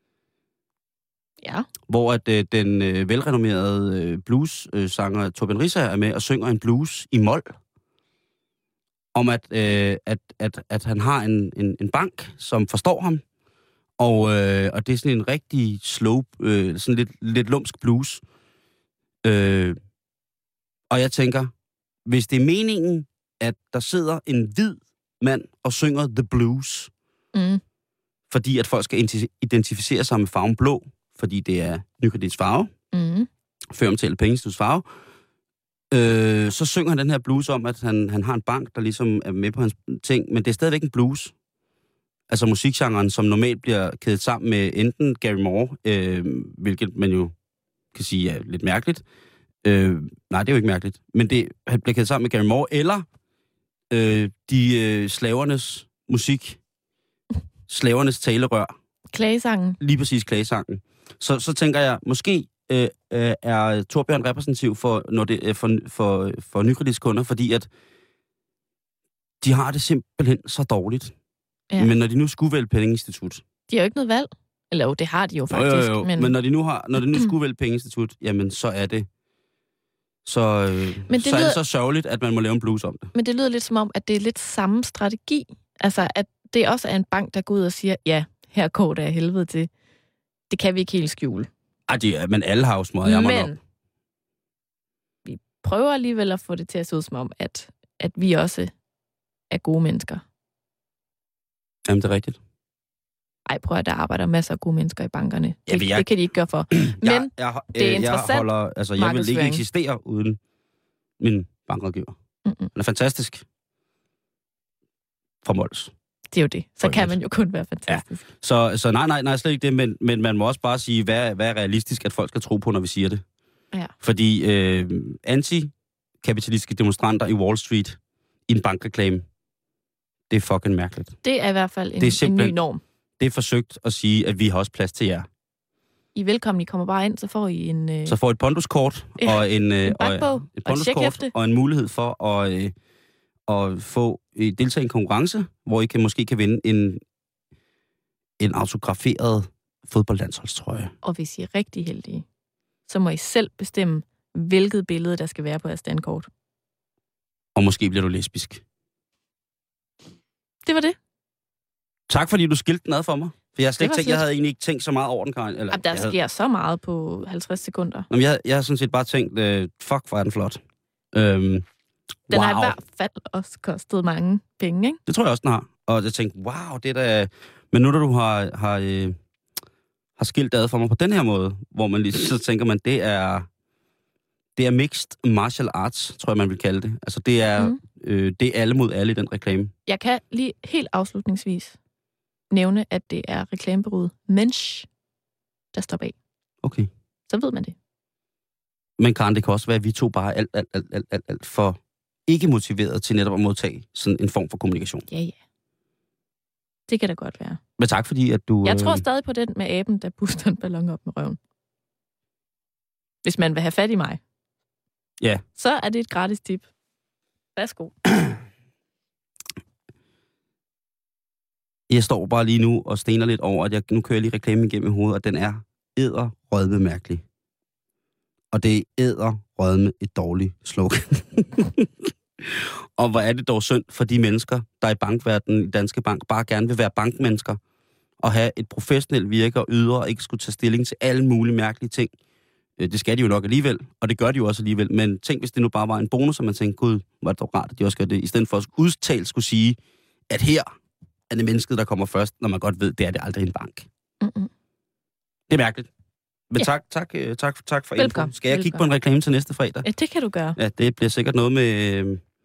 Speaker 3: Ja.
Speaker 2: Hvor at øh, den øh, velrenommerede øh, blues-sanger øh, Torben Risa er med og synger en blues i mol. Om at, øh, at, at, at han har en, en, en bank, som forstår ham. Og, øh, og det er sådan en rigtig slow, øh, sådan lidt, lidt lumsk blues. Øh, og jeg tænker, hvis det er meningen, at der sidder en hvid mand og synger The Blues, mm. fordi at folk skal identificere sig med farven blå, fordi det er Nykredits farve, mm. før omtale pengeinstituts farve, øh, så synger han den her blues om, at han, han har en bank, der ligesom er med på hans ting, men det er stadigvæk en blues. Altså musikgenren, som normalt bliver kædet sammen med enten Gary Moore, øh, hvilket man jo kan sige er lidt mærkeligt. Øh, nej, det er jo ikke mærkeligt. Men det bliver kædet sammen med Gary Moore, eller øh, de øh, slavernes musik, slavernes talerør.
Speaker 3: Klagesangen.
Speaker 2: Lige præcis klagesangen. Så, så tænker jeg, måske øh, øh, er Torbjørn repræsentativ for, når det, øh, for, for, for Nykredits kunder, fordi at de har det simpelthen så dårligt. Ja. Men når de nu skulle vælge pengeinstitut...
Speaker 3: De har jo ikke noget valg. Eller jo, det har de jo faktisk.
Speaker 2: Jo, jo, jo. Men... men når de nu har, når de nu skulle vælge pengeinstitut, jamen så er det så, øh, men det så lyder... er det så sørgeligt, at man må lave en blues om det.
Speaker 3: Men det lyder lidt som om, at det er lidt samme strategi. Altså, at det også er en bank, der går ud og siger, ja, her kort af helvede til. Det kan vi ikke helt skjule.
Speaker 2: Ej, det er, men alle har jo smået ærmerne op.
Speaker 3: Men vi prøver alligevel at få det til at se ud som om, at, at vi også er gode mennesker.
Speaker 2: Jamen, det er rigtigt.
Speaker 3: Ej, prøv at der arbejder masser af gode mennesker i bankerne. Det,
Speaker 2: Ja, jeg,
Speaker 3: det kan de ikke gøre for. Men
Speaker 2: jeg, jeg,
Speaker 3: det er
Speaker 2: jeg
Speaker 3: interessant
Speaker 2: holder, altså, jeg vil ikke eksistere uden min bankrådgiver. Mm-mm. Han er fantastisk. For Mols.
Speaker 3: Det er jo det. Så kan man jo kun være fantastisk.
Speaker 2: Ja. Så, så nej, nej, nej, slet ikke det, men, men man må også bare sige, hvad, hvad er realistisk, at folk skal tro på, når vi siger det.
Speaker 3: Ja.
Speaker 2: Fordi øh, anti-kapitalistiske demonstranter i Wall Street i en bankreklame, det er fucking mærkeligt.
Speaker 3: Det er i hvert fald en,
Speaker 2: det er en
Speaker 3: ny norm.
Speaker 2: Det er forsøgt at sige, at vi har også plads til jer.
Speaker 3: I er velkommen, I kommer bare ind, så får I en... Øh...
Speaker 2: Så får I et pondus-kort
Speaker 3: ja,
Speaker 2: og en, øh,
Speaker 3: en bankbog
Speaker 2: og, et pondus-kort og, og en mulighed for at, øh, at få øh, deltage i en konkurrence, hvor I kan, måske kan vinde en, en autograferet fodboldlandsholdstrøje.
Speaker 3: Og hvis I er rigtig heldige, så må I selv bestemme, hvilket billede, der skal være på jeres standkort.
Speaker 2: Og måske bliver du lesbisk.
Speaker 3: Det var det.
Speaker 2: Tak, fordi du skilte den ad for mig. For jeg, slet ikke tænkt, jeg havde egentlig ikke tænkt så meget over den, Karin. Eller,
Speaker 3: Jamen, der sker
Speaker 2: havde...
Speaker 3: så meget på halvtreds sekunder.
Speaker 2: Jamen, jeg, jeg har sådan set bare tænkt, uh, fuck, hvor er den flot. Øhm,
Speaker 3: den
Speaker 2: wow.
Speaker 3: har i hvert fald også kostet mange penge, ikke?
Speaker 2: Det tror jeg også, den har. Og jeg tænkte, wow, det er da... Men nu, da du har, har, øh, har skilt ad for mig på den her måde, hvor man lige så tænker man, det er... Det er mixed martial arts, tror jeg, man vil kalde det. Altså, det er, mm. øh, det er alle mod alle i den reklame.
Speaker 3: Jeg kan lige helt afslutningsvis nævne, at det er reklamebureauet Mensch, der står bag.
Speaker 2: Okay.
Speaker 3: Så ved man det.
Speaker 2: Men Karen, det kan også være, at vi to bare er alt, alt, alt, alt, alt, alt for ikke motiveret til netop at modtage sådan en form for kommunikation.
Speaker 3: Ja, ja. Det kan da godt være.
Speaker 2: Men tak, fordi at du...
Speaker 3: Jeg tror stadig på den med aben, der puster en ballon op med røven. Hvis man vil have fat i mig,
Speaker 2: ja,
Speaker 3: så er det et gratis tip. Værsgo.
Speaker 2: Jeg står bare lige nu og stener lidt over, at jeg nu kører lige reklamen igennem i hovedet, og den er æderrødme mærkelig. Og det er æderrødme et dårligt slogan. Og hvor er det dog synd for de mennesker, der i bankverdenen i Danske Bank bare gerne vil være bankmennesker, og have et professionelt virke og ydre, og ikke skulle tage stilling til alle mulige mærkelige ting. Det skal de jo nok alligevel, og det gør de jo også alligevel. Men tænk, hvis det nu bare var en bonus, og man tænkte, gud, var det dog rart, at de også gør det, i stedet for at udtalt skulle sige, at her er det mennesket, der kommer først, når man godt ved, det er det aldrig en bank. Mm-mm. Det er mærkeligt. Men ja. tak, tak, tak, tak for
Speaker 3: Velkommen.
Speaker 2: info. Skal jeg
Speaker 3: Velkommen.
Speaker 2: kigge på en reklame til næste fredag?
Speaker 3: Ja, det kan du gøre.
Speaker 2: Ja, det bliver sikkert noget med,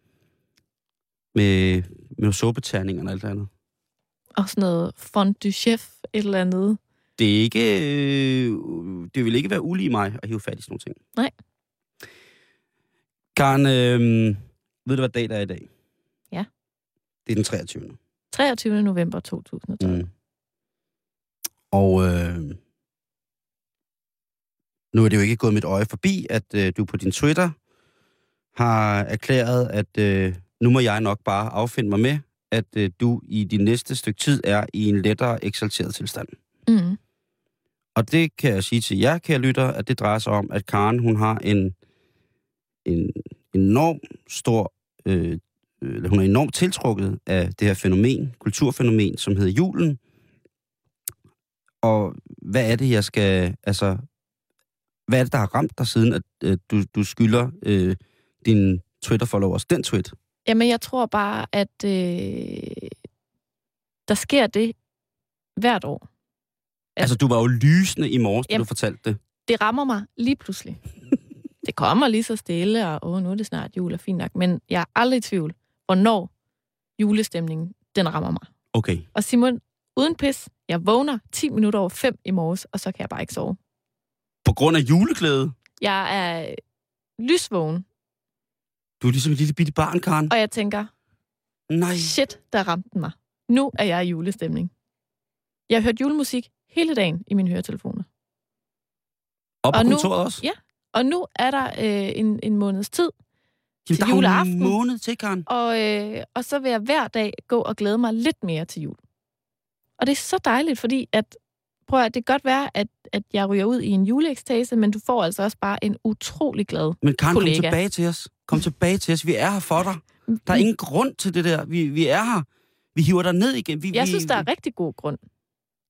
Speaker 2: med, med såbeterningerne og alt det andet.
Speaker 3: Og sådan noget fond du chef, et eller andet.
Speaker 2: Det er ikke... Øh, det vil ikke være ulige mig at hive fat i sådan nogle ting.
Speaker 3: Nej.
Speaker 2: Karen, øh, ved du, hvad dag der er i dag?
Speaker 3: Ja.
Speaker 2: Det er den treogtyvende
Speaker 3: treogtyvende november to tusind og tolv. Mm.
Speaker 2: Og øh, nu er det jo ikke gået mit øje forbi, at øh, du på din Twitter har erklæret, at øh, nu må jeg nok bare affinde mig med, at øh, du i din næste stykke tid er i en lettere eksalteret tilstand.
Speaker 3: Mm.
Speaker 2: Og det kan jeg sige til jer, kære lytter, at det drejer sig om, at Karen, hun har en, en enorm stor, øh, øh, hun er enormt tiltrukket af det her fænomen, kulturfænomen, som hedder julen. Og hvad er det, jeg skal, altså, hvad er det, der har ramt dig siden, at øh, du, du skylder øh, dine Twitter-followers den tweet?
Speaker 3: Jamen, jeg tror bare, at øh, der sker det hvert år.
Speaker 2: Altså, du var jo lysende i morges, da
Speaker 3: jamen,
Speaker 2: du fortalte det.
Speaker 3: Det rammer mig lige pludselig. Det kommer lige så stille, og åh, nu er det snart jul og fint nok. Men jeg er aldrig i tvivl, hvornår julestemningen, den rammer mig.
Speaker 2: Okay.
Speaker 3: Og Simon, uden pis, jeg vågner ti minutter over fem i morges, og så kan jeg bare ikke sove.
Speaker 2: På grund af juleklæde?
Speaker 3: Jeg er lysvågen.
Speaker 2: Du er ligesom et lille bitte barn, Karen.
Speaker 3: Og jeg tænker,
Speaker 2: nej,
Speaker 3: shit, der ramte den mig. Nu er jeg i julestemning. Jeg har hørt julemusik hele dagen i mine høretelefoner.
Speaker 2: Og på
Speaker 3: og
Speaker 2: kontoret
Speaker 3: nu,
Speaker 2: også?
Speaker 3: Ja, og nu er der øh, en, en måneds tid
Speaker 2: Jamen,
Speaker 3: til
Speaker 2: der
Speaker 3: juleaften.
Speaker 2: Er en måned til, Karen.
Speaker 3: Og, øh, og så vil jeg hver dag gå og glæde mig lidt mere til jul. Og det er så dejligt, fordi at, prøv at, det kan godt være, at, at jeg ryger ud i en juleekstase, men du får altså også bare en utrolig glad
Speaker 2: Men Karen,
Speaker 3: kollega.
Speaker 2: kom tilbage til os. Kom tilbage til os. Vi er her for dig. Der er ingen grund til det der. Vi, vi er her. Vi hiver dig ned igen. Vi,
Speaker 3: jeg
Speaker 2: vi,
Speaker 3: synes, der er rigtig god grund.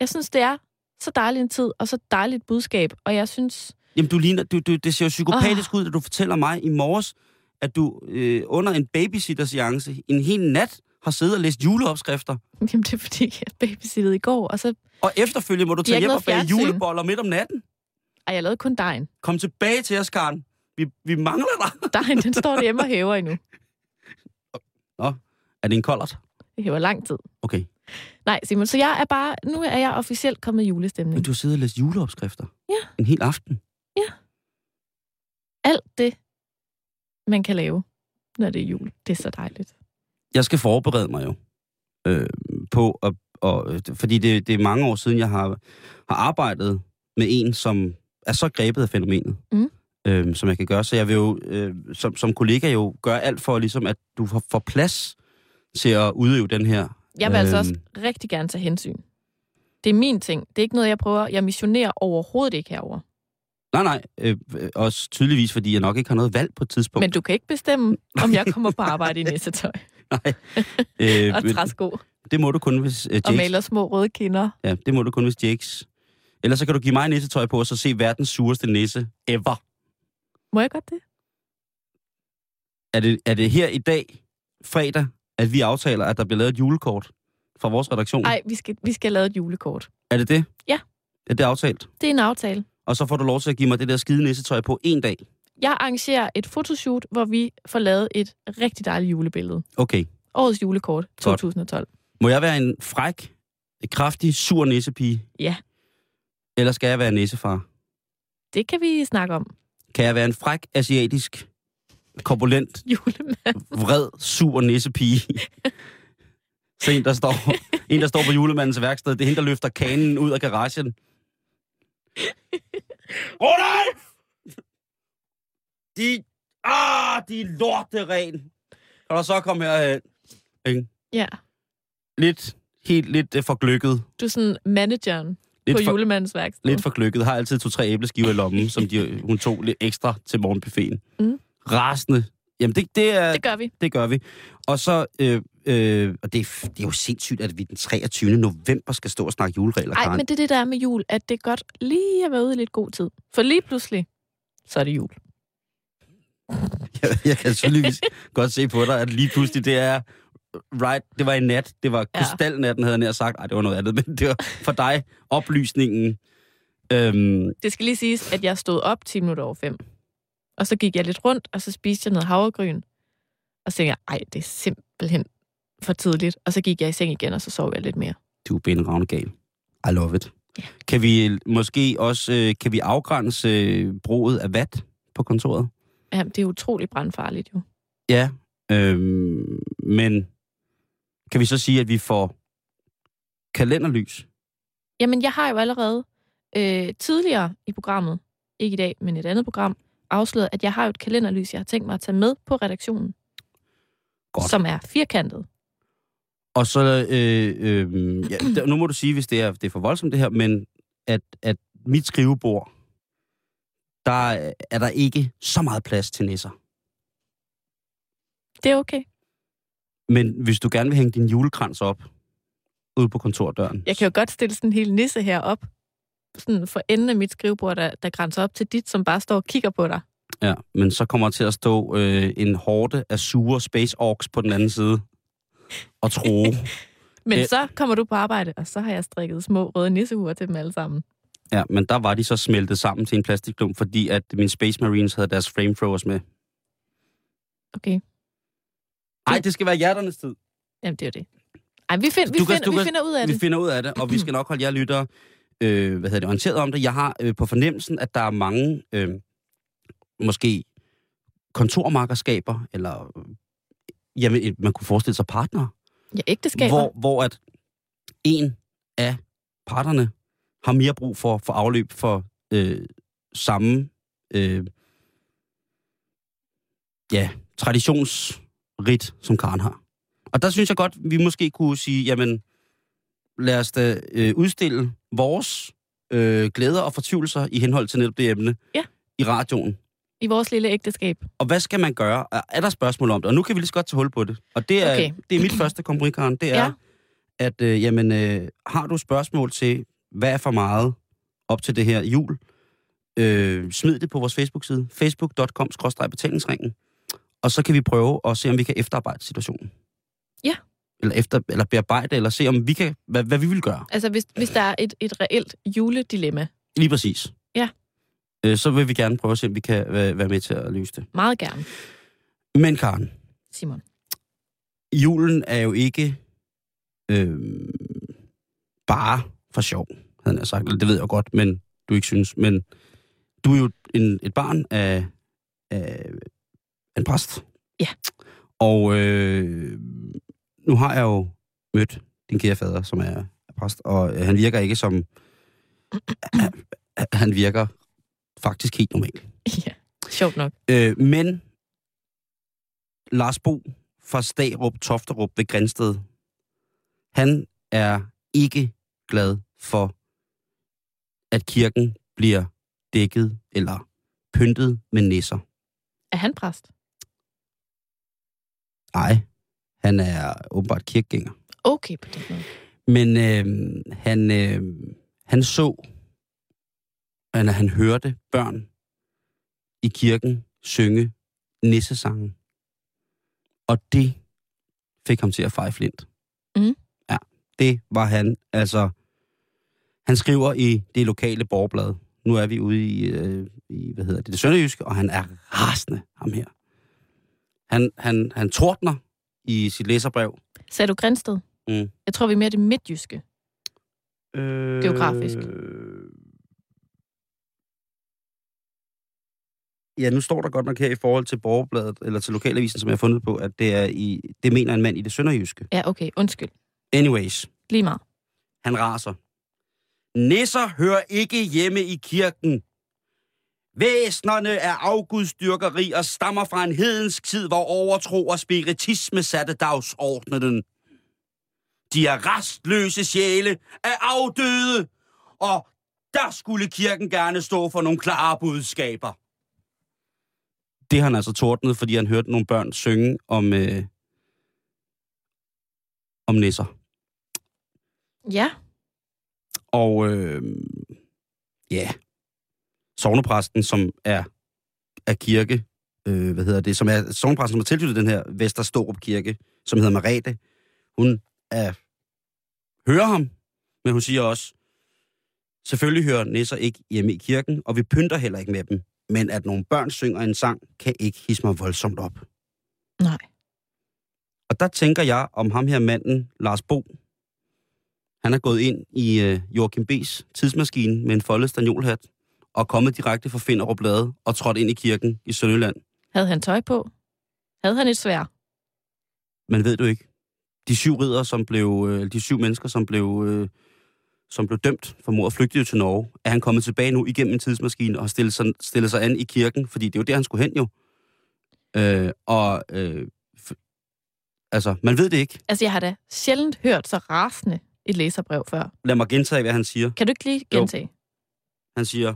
Speaker 3: Jeg synes, det er så dejlig en tid, og så dejligt budskab, og jeg synes...
Speaker 2: Jamen, du ligner, du, du, det ser jo psykopatisk oh. ud, da du fortæller mig i morges, at du øh, under en babysitter-seance en hel nat har siddet og læst juleopskrifter.
Speaker 3: Jamen, det er fordi, jeg babysittede i går, og så...
Speaker 2: Og efterfølgende må du tage hjem og bage juleboller midt om natten.
Speaker 3: Ej, jeg lavede kun dejen.
Speaker 2: Kom tilbage til os, Karen. Vi, vi mangler dig.
Speaker 3: Dejen, den står derhjemme og hæver endnu.
Speaker 2: Nå, er det en koldert?
Speaker 3: Det hæver lang tid.
Speaker 2: Okay.
Speaker 3: Nej, Simon, så jeg er bare... Nu er jeg officielt kommet i julestemning.
Speaker 2: Men du har siddet og læst juleopskrifter?
Speaker 3: Ja.
Speaker 2: En hel aften?
Speaker 3: Ja. Alt det, man kan lave, når det er jul. Det er så dejligt.
Speaker 2: Jeg skal forberede mig jo øh, på, at, og, fordi det, det er mange år siden, jeg har, har arbejdet med en, som er så grebet af fænomenet,
Speaker 3: mm.
Speaker 2: øh, som jeg kan gøre. Så jeg vil jo øh, som, som kollega jo gøre alt for, ligesom, at du får plads til at udøve den her.
Speaker 3: Jeg vil øh, altså også rigtig gerne tage hensyn. Det er min ting. Det er ikke noget, jeg prøver. Jeg missionerer overhovedet ikke herover. Nej,
Speaker 2: nej. Øh, også tydeligvis, fordi jeg nok ikke har noget valg på et tidspunkt.
Speaker 3: Men du kan ikke bestemme, om jeg kommer på arbejde i næssetøj.
Speaker 2: Nej. Øh,
Speaker 3: og træsko.
Speaker 2: Det må du kun, hvis uh, Jakes...
Speaker 3: Og maler små røde kinder.
Speaker 2: Ja, det må du kun, hvis Jakes... Ellers så kan du give mig næssetøj på, og så se verdens sureste næse ever.
Speaker 3: Må jeg godt det?
Speaker 2: Er det, er det her i dag, fredag, at vi aftaler, at der bliver lavet et julekort fra vores redaktion?
Speaker 3: Nej, vi skal, vi skal lave et julekort.
Speaker 2: Er det det?
Speaker 3: Ja.
Speaker 2: Er det aftalt?
Speaker 3: Det er en aftale.
Speaker 2: Og så får du lov til at give mig det der skide næssetøj på en dag?
Speaker 3: Jeg arrangerer et fotoshoot, hvor vi får lavet et rigtig dejligt julebillede.
Speaker 2: Okay.
Speaker 3: Årets julekort to tusind og tolv.
Speaker 2: Må jeg være en fræk, kraftig, sur nissepige?
Speaker 3: Ja.
Speaker 2: Eller skal jeg være næsefar?
Speaker 3: Det kan vi snakke om.
Speaker 2: Kan jeg være en fræk, asiatisk, korpulent,
Speaker 3: julemand,
Speaker 2: vred, sur nissepige? Så en, der står, en, der står på julemandens værksted. Det er hende, der løfter kanen ud af garagen. Rudolf! De, ah, de er lorteren. Kan du så komme herhen? Ikke?
Speaker 3: Ja.
Speaker 2: Lidt, helt lidt uh, forglykket.
Speaker 3: Du er sådan manageren
Speaker 2: lidt
Speaker 3: på
Speaker 2: for,
Speaker 3: julemandens værksted.
Speaker 2: Lidt forglykket. Har altid to-tre æbleskiver i lommen, som de, hun tog lidt ekstra til morgenbuffeten. Mm. Rasende. Jamen, det, det, er,
Speaker 3: det gør vi.
Speaker 2: Det gør vi. Og så, øh, øh, og det er, det er jo sindssygt, at vi den treogtyvende november skal stå og snakke juleregler.
Speaker 3: Nej, men det er det der med jul, at det er godt lige at være ude i lidt god tid. For lige pludselig, så er det jul.
Speaker 2: Jeg, jeg kan selvfølgelig godt se på dig, at lige pludselig det er, right, det var i nat, det var krystalnatten, havde jeg nær sagt. Ej, det var noget andet, men det var for dig oplysningen. Øhm,
Speaker 3: det skal lige siges, at jeg stod op ti minutter over fem. Og så gik jeg lidt rundt, og så spiste jeg noget havregryn. Og så tænkte jeg, ej, det er simpelthen for tidligt. Og så gik jeg i seng igen, og så sov jeg lidt mere.
Speaker 2: Du er benravne gal. I love it.
Speaker 3: Yeah.
Speaker 2: Kan vi måske også, kan vi afgrænse bruget af vat på kontoret?
Speaker 3: Ja, det er utroligt brandfarligt jo.
Speaker 2: Ja, øhm, men kan vi så sige, at vi får kalenderlys?
Speaker 3: Jamen, jeg har jo allerede øh, tidligere i programmet, ikke i dag, men et andet program, afsløret, at jeg har jo et kalenderlys, jeg har tænkt mig at tage med på redaktionen. Godt. Som er firkantet.
Speaker 2: Og så, øh, øh, ja, nu må du sige, hvis det er, det er for voldsomt det her, men at, at mit skrivebord, der er der ikke så meget plads til nisser.
Speaker 3: Det er okay.
Speaker 2: Men hvis du gerne vil hænge din julekrans op ude på kontordøren...
Speaker 3: Jeg kan jo godt stille sådan en hel nisse her op, sådan for enden af mit skrivebord, der, der grænser op til dit, som bare står og kigger på dig.
Speaker 2: Ja, men så kommer der til at stå øh, en horde af sure space orks på den anden side og tro.
Speaker 3: Men Æ... så kommer du på arbejde, og så har jeg strikket små røde nissehuer til dem alle sammen.
Speaker 2: Ja, men der var de så smeltet sammen til en plastikklump, fordi at min Space Marines havde deres flamethrowers med.
Speaker 3: Okay.
Speaker 2: Ej, det skal være hjerternes tid.
Speaker 3: Jamen, det er jo det. Ej, vi, find, vi,
Speaker 2: kan,
Speaker 3: find, vi
Speaker 2: kan,
Speaker 3: finder ud af
Speaker 2: vi
Speaker 3: det.
Speaker 2: Vi finder ud af det, og vi skal nok holde jer lyttere øh, hvad hedder det, orienteret om det. Jeg har øh, på fornemmelsen, at der er mange, øh, måske kontormarkerskaber, eller øh, jamen, man kunne forestille sig partnere.
Speaker 3: Ja, ægteskaber.
Speaker 2: Hvor, hvor at en af parterne har mere brug for, for afløb for øh, samme øh, ja, traditionsrit, som Karen har. Og der synes jeg godt, vi måske kunne sige, jamen, lad os da øh, udstille vores øh, glæder og fortvivlelser i henhold til netop det emne
Speaker 3: ja.
Speaker 2: i radioen.
Speaker 3: I vores lille ægteskab.
Speaker 2: Og hvad skal man gøre? Er der spørgsmål om det? Og nu kan vi lige så godt tage hul på det. Og det er,
Speaker 3: okay.
Speaker 2: det er mit første kompromis, Karen. Det er, ja. at øh, jamen, øh, har du spørgsmål til hvad er for meget op til det her jul? Øh, smid det på vores Facebook-side, facebook punktum com skråstreg betalingsringen, og så kan vi prøve at se, om vi kan efterarbejde situationen.
Speaker 3: Ja.
Speaker 2: Eller, efter, eller bearbejde, eller se, om vi kan, hvad, hvad vi vil gøre.
Speaker 3: Altså, hvis, hvis der er et, et reelt juledilemma.
Speaker 2: Lige præcis.
Speaker 3: Ja.
Speaker 2: Øh, så vil vi gerne prøve at se, om vi kan være, være med til at løse det.
Speaker 3: Meget gerne.
Speaker 2: Men Karen.
Speaker 3: Simon.
Speaker 2: Julen er jo ikke øh, bare for sjov, havde jeg sagt. Det ved jeg godt, men du ikke synes. Men du er jo en, et barn af, af en præst.
Speaker 3: Ja.
Speaker 2: Og øh, nu har jeg jo mødt din kære fader, som er, er præst, og øh, han virker ikke som... han virker faktisk helt normal.
Speaker 3: Ja, sjovt nok.
Speaker 2: Øh, men Lars Bo fra Stagerup, Tofterup ved Grindsted, han er ikke glad for, at kirken bliver dækket eller pyntet med nisser.
Speaker 3: Er han præst?
Speaker 2: Nej, han er åbenbart kirkegænger.
Speaker 3: Okay, på den måde.
Speaker 2: Men øh, han, øh, han så, at han hørte børn i kirken synge nissesange. Og det fik ham til at feje flint.
Speaker 3: Mm.
Speaker 2: Ja, det var han. Altså, han skriver i det lokale borgerblad. Nu er vi ude i, øh, i hvad hedder det, det sønderjyske, og han er rasende, ham her. Han, han, han tordner i sit læserbrev.
Speaker 3: Sagde du Grindsted?
Speaker 2: Mm.
Speaker 3: Jeg tror, vi er mere det midtjyske.
Speaker 2: Øh,
Speaker 3: Geografisk.
Speaker 2: Ja, nu står der godt nok her i forhold til borgerbladet, eller til lokalavisen, som jeg har fundet på, at det er i, det mener en mand i det sønderjyske.
Speaker 3: Ja, okay. Undskyld.
Speaker 2: Anyways.
Speaker 3: Lige meget.
Speaker 2: Han raser. Nisser hører ikke hjemme i kirken. Væsnerne er afgudstyrkeri og stammer fra en hedensk tid, hvor overtro og spiritisme satte dagsordenen. De er restløse sjæle, er afdøde, og der skulle kirken gerne stå for nogle klare budskaber. Det har han altså tordnet, fordi han hørte nogle børn synge om, øh, om nisser.
Speaker 3: Ja.
Speaker 2: Og øh, ja, sognepræsten, som er, er kirke, øh, hvad hedder det, som er sognepræsten, som har tilknyttet den her Vester Storup Kirke, som hedder Merete, hun er, hører ham, men hun siger også, selvfølgelig hører nisser ikke hjemme i kirken, og vi pynter heller ikke med dem, men at nogle børn synger en sang, kan ikke hisse mig voldsomt op.
Speaker 3: Nej.
Speaker 2: Og der tænker jeg om ham her manden, Lars Bo. Han er gået ind i øh, Joachim B's tidsmaskine med en foldet stanjolhat, og kommet direkte fra Finderup Lade og trådt ind i kirken i Sønderjylland.
Speaker 3: Havde han tøj på? Havde han et sværd?
Speaker 2: Men ved du ikke, de syv riddere, som blev, øh, de syv mennesker, som blev, øh, som blev dømt for mord og flygtede til Norge, er han kommet tilbage nu igennem en tidsmaskine og stillet sig, stillet sig an i kirken, fordi det er jo der, han skulle hen jo. Øh, og øh, f- altså, man ved det ikke.
Speaker 3: Altså, jeg har da sjældent hørt så rasende et læserbrev før.
Speaker 2: Lad mig gentage, hvad han siger.
Speaker 3: Kan du ikke lige gentage?
Speaker 2: Jo. Han siger,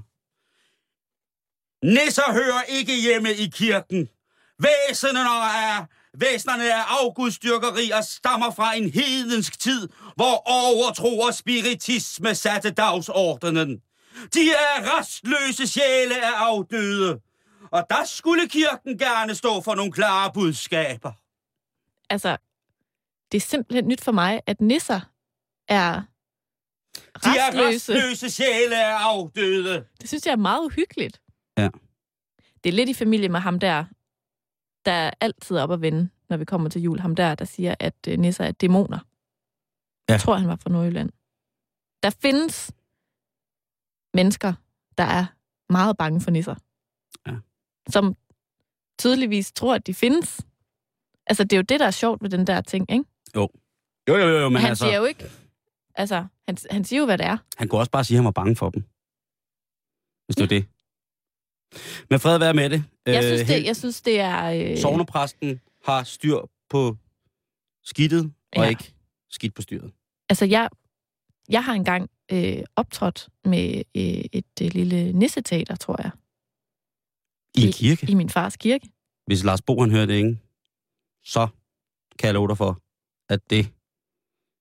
Speaker 2: nisser hører ikke hjemme i kirken. Væsenerne er, væsenerne er afgudstyrkeri og stammer fra en hedensk tid, hvor overtro og spiritisme satte dagsordenen. De er restløse sjæle af afdøde, og der skulle kirken gerne stå for nogle klare budskaber.
Speaker 3: Altså, det er simpelthen nyt for mig, at nisser er
Speaker 2: De er
Speaker 3: restløse.
Speaker 2: restløse sjæle af afdøde.
Speaker 3: Det synes jeg er meget uhyggeligt.
Speaker 2: Ja.
Speaker 3: Det er lidt i familie med ham der, der er altid op at vende, når vi kommer til jul. Ham der, der siger, at øh, nisser er dæmoner.
Speaker 2: Ja.
Speaker 3: Jeg tror, han var fra Nordjylland. Der findes mennesker, der er meget bange for nisser.
Speaker 2: Ja.
Speaker 3: Som tydeligvis tror, at de findes. Altså, det er jo det, der er sjovt ved den der ting, ikke?
Speaker 2: Jo. Jo, jo, jo, jo men
Speaker 3: han
Speaker 2: altså...
Speaker 3: siger jo ikke... Altså, han, han siger jo, hvad det er.
Speaker 2: Han kunne også bare sige, at han var bange for dem. Hvis det ja. var det. Men fred være med det.
Speaker 3: Jeg synes,
Speaker 2: øh,
Speaker 3: det, jeg synes, det er... Øh...
Speaker 2: Sognepræsten har styr på skidtet, og
Speaker 3: Ja.
Speaker 2: ikke skidt på styret.
Speaker 3: Altså, jeg, jeg har engang øh, optrådt med øh, et øh, lille nisseteater, tror jeg.
Speaker 2: I en kirke?
Speaker 3: I min fars kirke.
Speaker 2: Hvis Lars Bo, han hører det, ikke? Så kan jeg love dig for, at det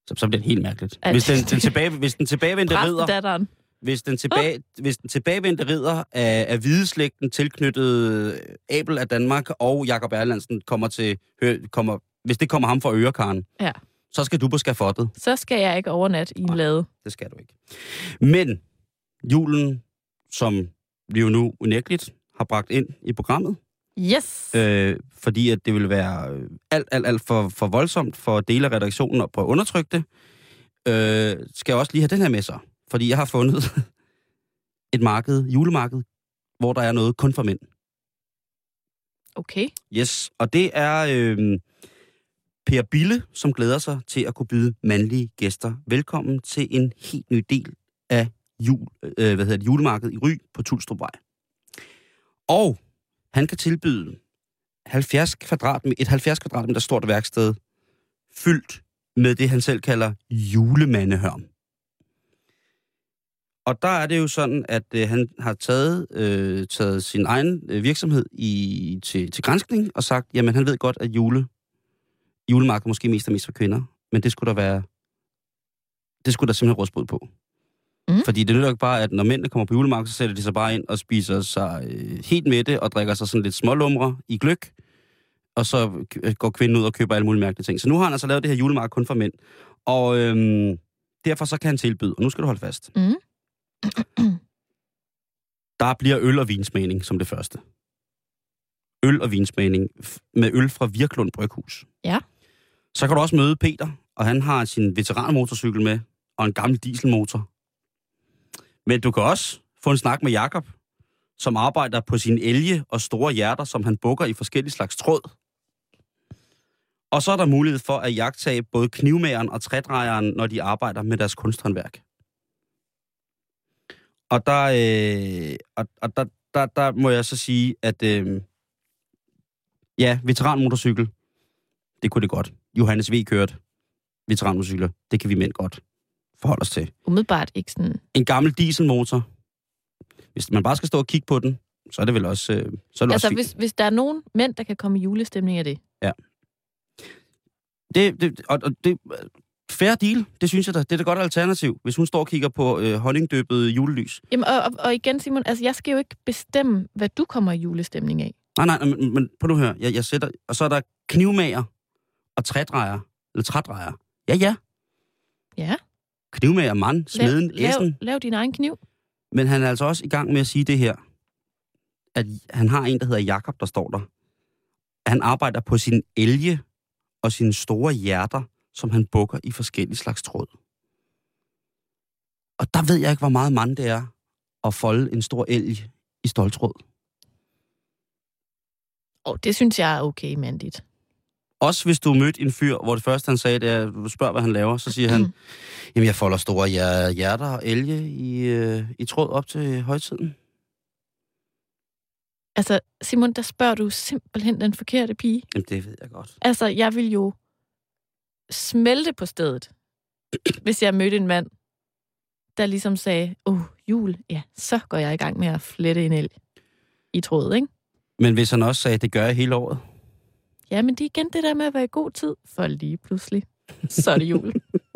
Speaker 2: Så, så bliver det helt mærkeligt. Hvis den, den, tilbage, hvis den tilbagevendte ridder... Hvis den, tilbage, hvis den tilbagevendte ridder af, af hvideslægten tilknyttet Abel af Danmark og Jakob Erlandsen kommer til... Kommer, hvis det kommer ham fra Ørekaren,
Speaker 3: ja.
Speaker 2: så skal du på skafottet.
Speaker 3: Så skal jeg ikke overnatte i en
Speaker 2: Nej,
Speaker 3: lade.
Speaker 2: det skal du ikke. Men julen, som vi jo nu unægteligt har bragt ind i programmet,
Speaker 3: yes.
Speaker 2: øh, fordi at det vil være alt, alt, alt for, for voldsomt for dele af redaktionen at prøve at undertrykke det, øh, skal jeg også lige have den her med sig. Fordi jeg har fundet et marked, julemarked, hvor der er noget kun for mænd.
Speaker 3: Okay.
Speaker 2: Yes, og det er øh, Per Bille, som glæder sig til at kunne byde mandlige gæster velkommen til en helt ny del af jul, øh, hvad hedder det, julemarkedet i Ry på Tulstrupvej. Og han kan tilbyde halvfjerds kvadratmeter, et halvfjerds kvadratmeter stort værksted, fyldt med det, han selv kalder julemandehørm. Og der er det jo sådan, at øh, han har taget, øh, taget sin egen øh, virksomhed i, til, til granskning og sagt, jamen han ved godt, at jule, julemarkedet måske mest er mest for kvinder, men det skulle der være, det skulle der simpelthen rådsbrud på. Mm. Fordi det nytter ikke bare, at når mændene kommer på julemarkedet, så sætter de sig bare ind og spiser sig øh, helt mætte og drikker sig sådan lidt smålumre i gløgg, og så går kvinden ud og køber alle mulige mærkelige ting. Så nu har han altså lavet det her julemarked kun for mænd. Og øh, derfor så kan han tilbyde, og nu skal du holde fast. Mm. Der bliver øl- og vinsmagning som det første. Øl- og vinsmagning med øl fra Virklund Bryghus.
Speaker 3: Ja.
Speaker 2: Så kan du også møde Peter, og han har sin veteranmotorcykel med, og en gammel dieselmotor. Men du kan også få en snak med Jakob, som arbejder på sine elge og store hjerter, som han bukker i forskellige slags tråd. Og så er der mulighed for at jagttage både knivmageren og trædrejeren, når de arbejder med deres kunsthåndværk. Og der, øh, og, og der, der, der må jeg så sige, at øh, ja, veteranmotorcykel, det kunne det godt. Johannes V. kørte veteranmotorcykler, det kan vi mænd godt forholde os til.
Speaker 3: Umiddelbart ikke sådan...
Speaker 2: En gammel dieselmotor, hvis man bare skal stå og kigge på den, så er det vel også, øh, så er det
Speaker 3: altså,
Speaker 2: også
Speaker 3: hvis, hvis der er nogen mænd, der kan komme i julestemning af det.
Speaker 2: Ja. Det, det, og, og det, fair deal, det synes jeg da. Det er da godt alternativ, hvis hun står og kigger på øh, honningdøbet julelys.
Speaker 3: Jamen, og, og, og igen, Simon, altså, jeg skal jo ikke bestemme, hvad du kommer i julestemning af.
Speaker 2: Nej, nej, men, men prøv nu at høre. Jeg, jeg sætter, og så er der knivmager og trædrejer, eller trædrejer. Ja, ja.
Speaker 3: Ja.
Speaker 2: Knivmager, mand, smeden,
Speaker 3: lav,
Speaker 2: essen.
Speaker 3: Lav, lav din egen kniv.
Speaker 2: Men han er altså også i gang med at sige det her, at han har en, der hedder Jakob, der står der. Han arbejder på sin elge og sine store hjerter, som han bukker i forskellige slags tråd. Og der ved jeg ikke, hvor meget mand det er at folde en stor elg i ståltråd.
Speaker 3: Og det synes jeg er okay mandigt.
Speaker 2: Også hvis du mødte en fyr, hvor det første han sagde, det er, du spørger, hvad han laver, så siger han, jamen jeg folder store hjerter og elge i, øh, i tråd op til højtiden.
Speaker 3: Altså, Simon, der spørger du simpelthen den forkerte pige.
Speaker 2: Jamen, det ved jeg godt.
Speaker 3: Altså, jeg vil jo smelte på stedet, hvis jeg mødte en mand, der ligesom sagde, åh, oh, jul, ja, så går jeg i gang med at flette en elg i tråd, ikke?
Speaker 2: Men hvis han også sagde, det gør jeg hele året?
Speaker 3: Ja, men det er igen det der med at være i god tid, for lige pludselig, så er det jul.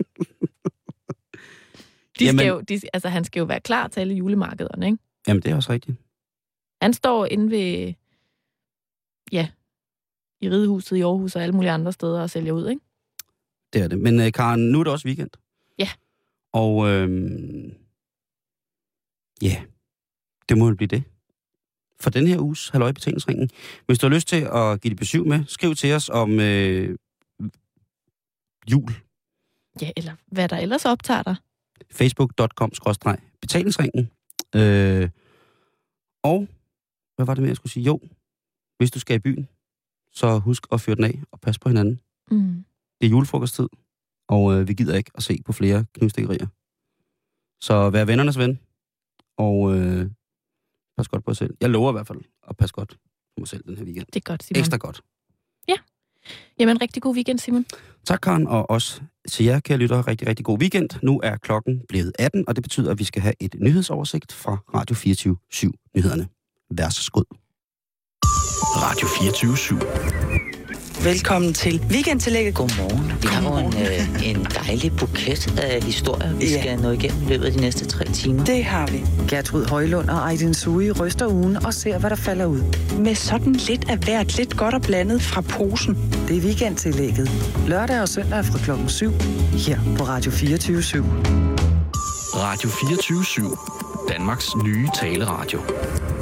Speaker 3: De
Speaker 2: Jamen,
Speaker 3: skal jo, de, altså, han skal jo være klar til alle julemarkederne, ikke?
Speaker 2: Jamen, det er også rigtigt.
Speaker 3: Han står inde ved, ja, i Ridehuset i Aarhus og alle mulige andre steder og sælger ud, ikke?
Speaker 2: Det er det. Men uh, Karen, nu er det også weekend.
Speaker 3: Ja.
Speaker 2: Og øhm, ja, det må jo blive det. For den her uges Halløj i Betalingsringen. Hvis du har lyst til at give dit besøg med, skriv til os om øh, jul.
Speaker 3: Ja, eller hvad der ellers optager dig.
Speaker 2: facebook punktum com skråstreg betalingsringen. Øh, og hvad var det mere, jeg skulle sige? Jo, hvis du skal i byen, så husk at fyre den af og pas på hinanden.
Speaker 3: Mm.
Speaker 2: Det er julefrokosttid, og øh, vi gider ikke at se på flere knivstikkerier. Så vær vennernes ven, og øh, pas godt på jer selv. Jeg lover i hvert fald at passe godt på mig selv den her weekend.
Speaker 3: Det er godt, Simon.
Speaker 2: Ekstra godt.
Speaker 3: Ja. Jamen, rigtig god weekend, Simon.
Speaker 2: Tak, Karen, og også til jer, kære lyttere, rigtig, rigtig god weekend. Nu er klokken blevet atten, og det betyder, at vi skal have et nyhedsoversigt fra Radio fireogtyve syv Nyhederne. Værsgod.
Speaker 4: Radio fireogtyve syv. Velkommen til Weekendtillægget.
Speaker 5: Godmorgen. Vi har jo en, øh, en dejlig buket af historier, vi ja. skal nå igennem i løbet af de næste tre timer.
Speaker 4: Det har vi.
Speaker 6: Gertrud Højlund og Aydin Sui ryster ugen og ser, hvad der falder ud.
Speaker 4: Med sådan lidt af hvert, lidt godt og blandet fra posen.
Speaker 6: Det er Weekendtillægget. Lørdag og søndag fra klokken syv. Her på Radio fireogtyve syv.
Speaker 7: Radio fireogtyve syv. Danmarks nye taleradio.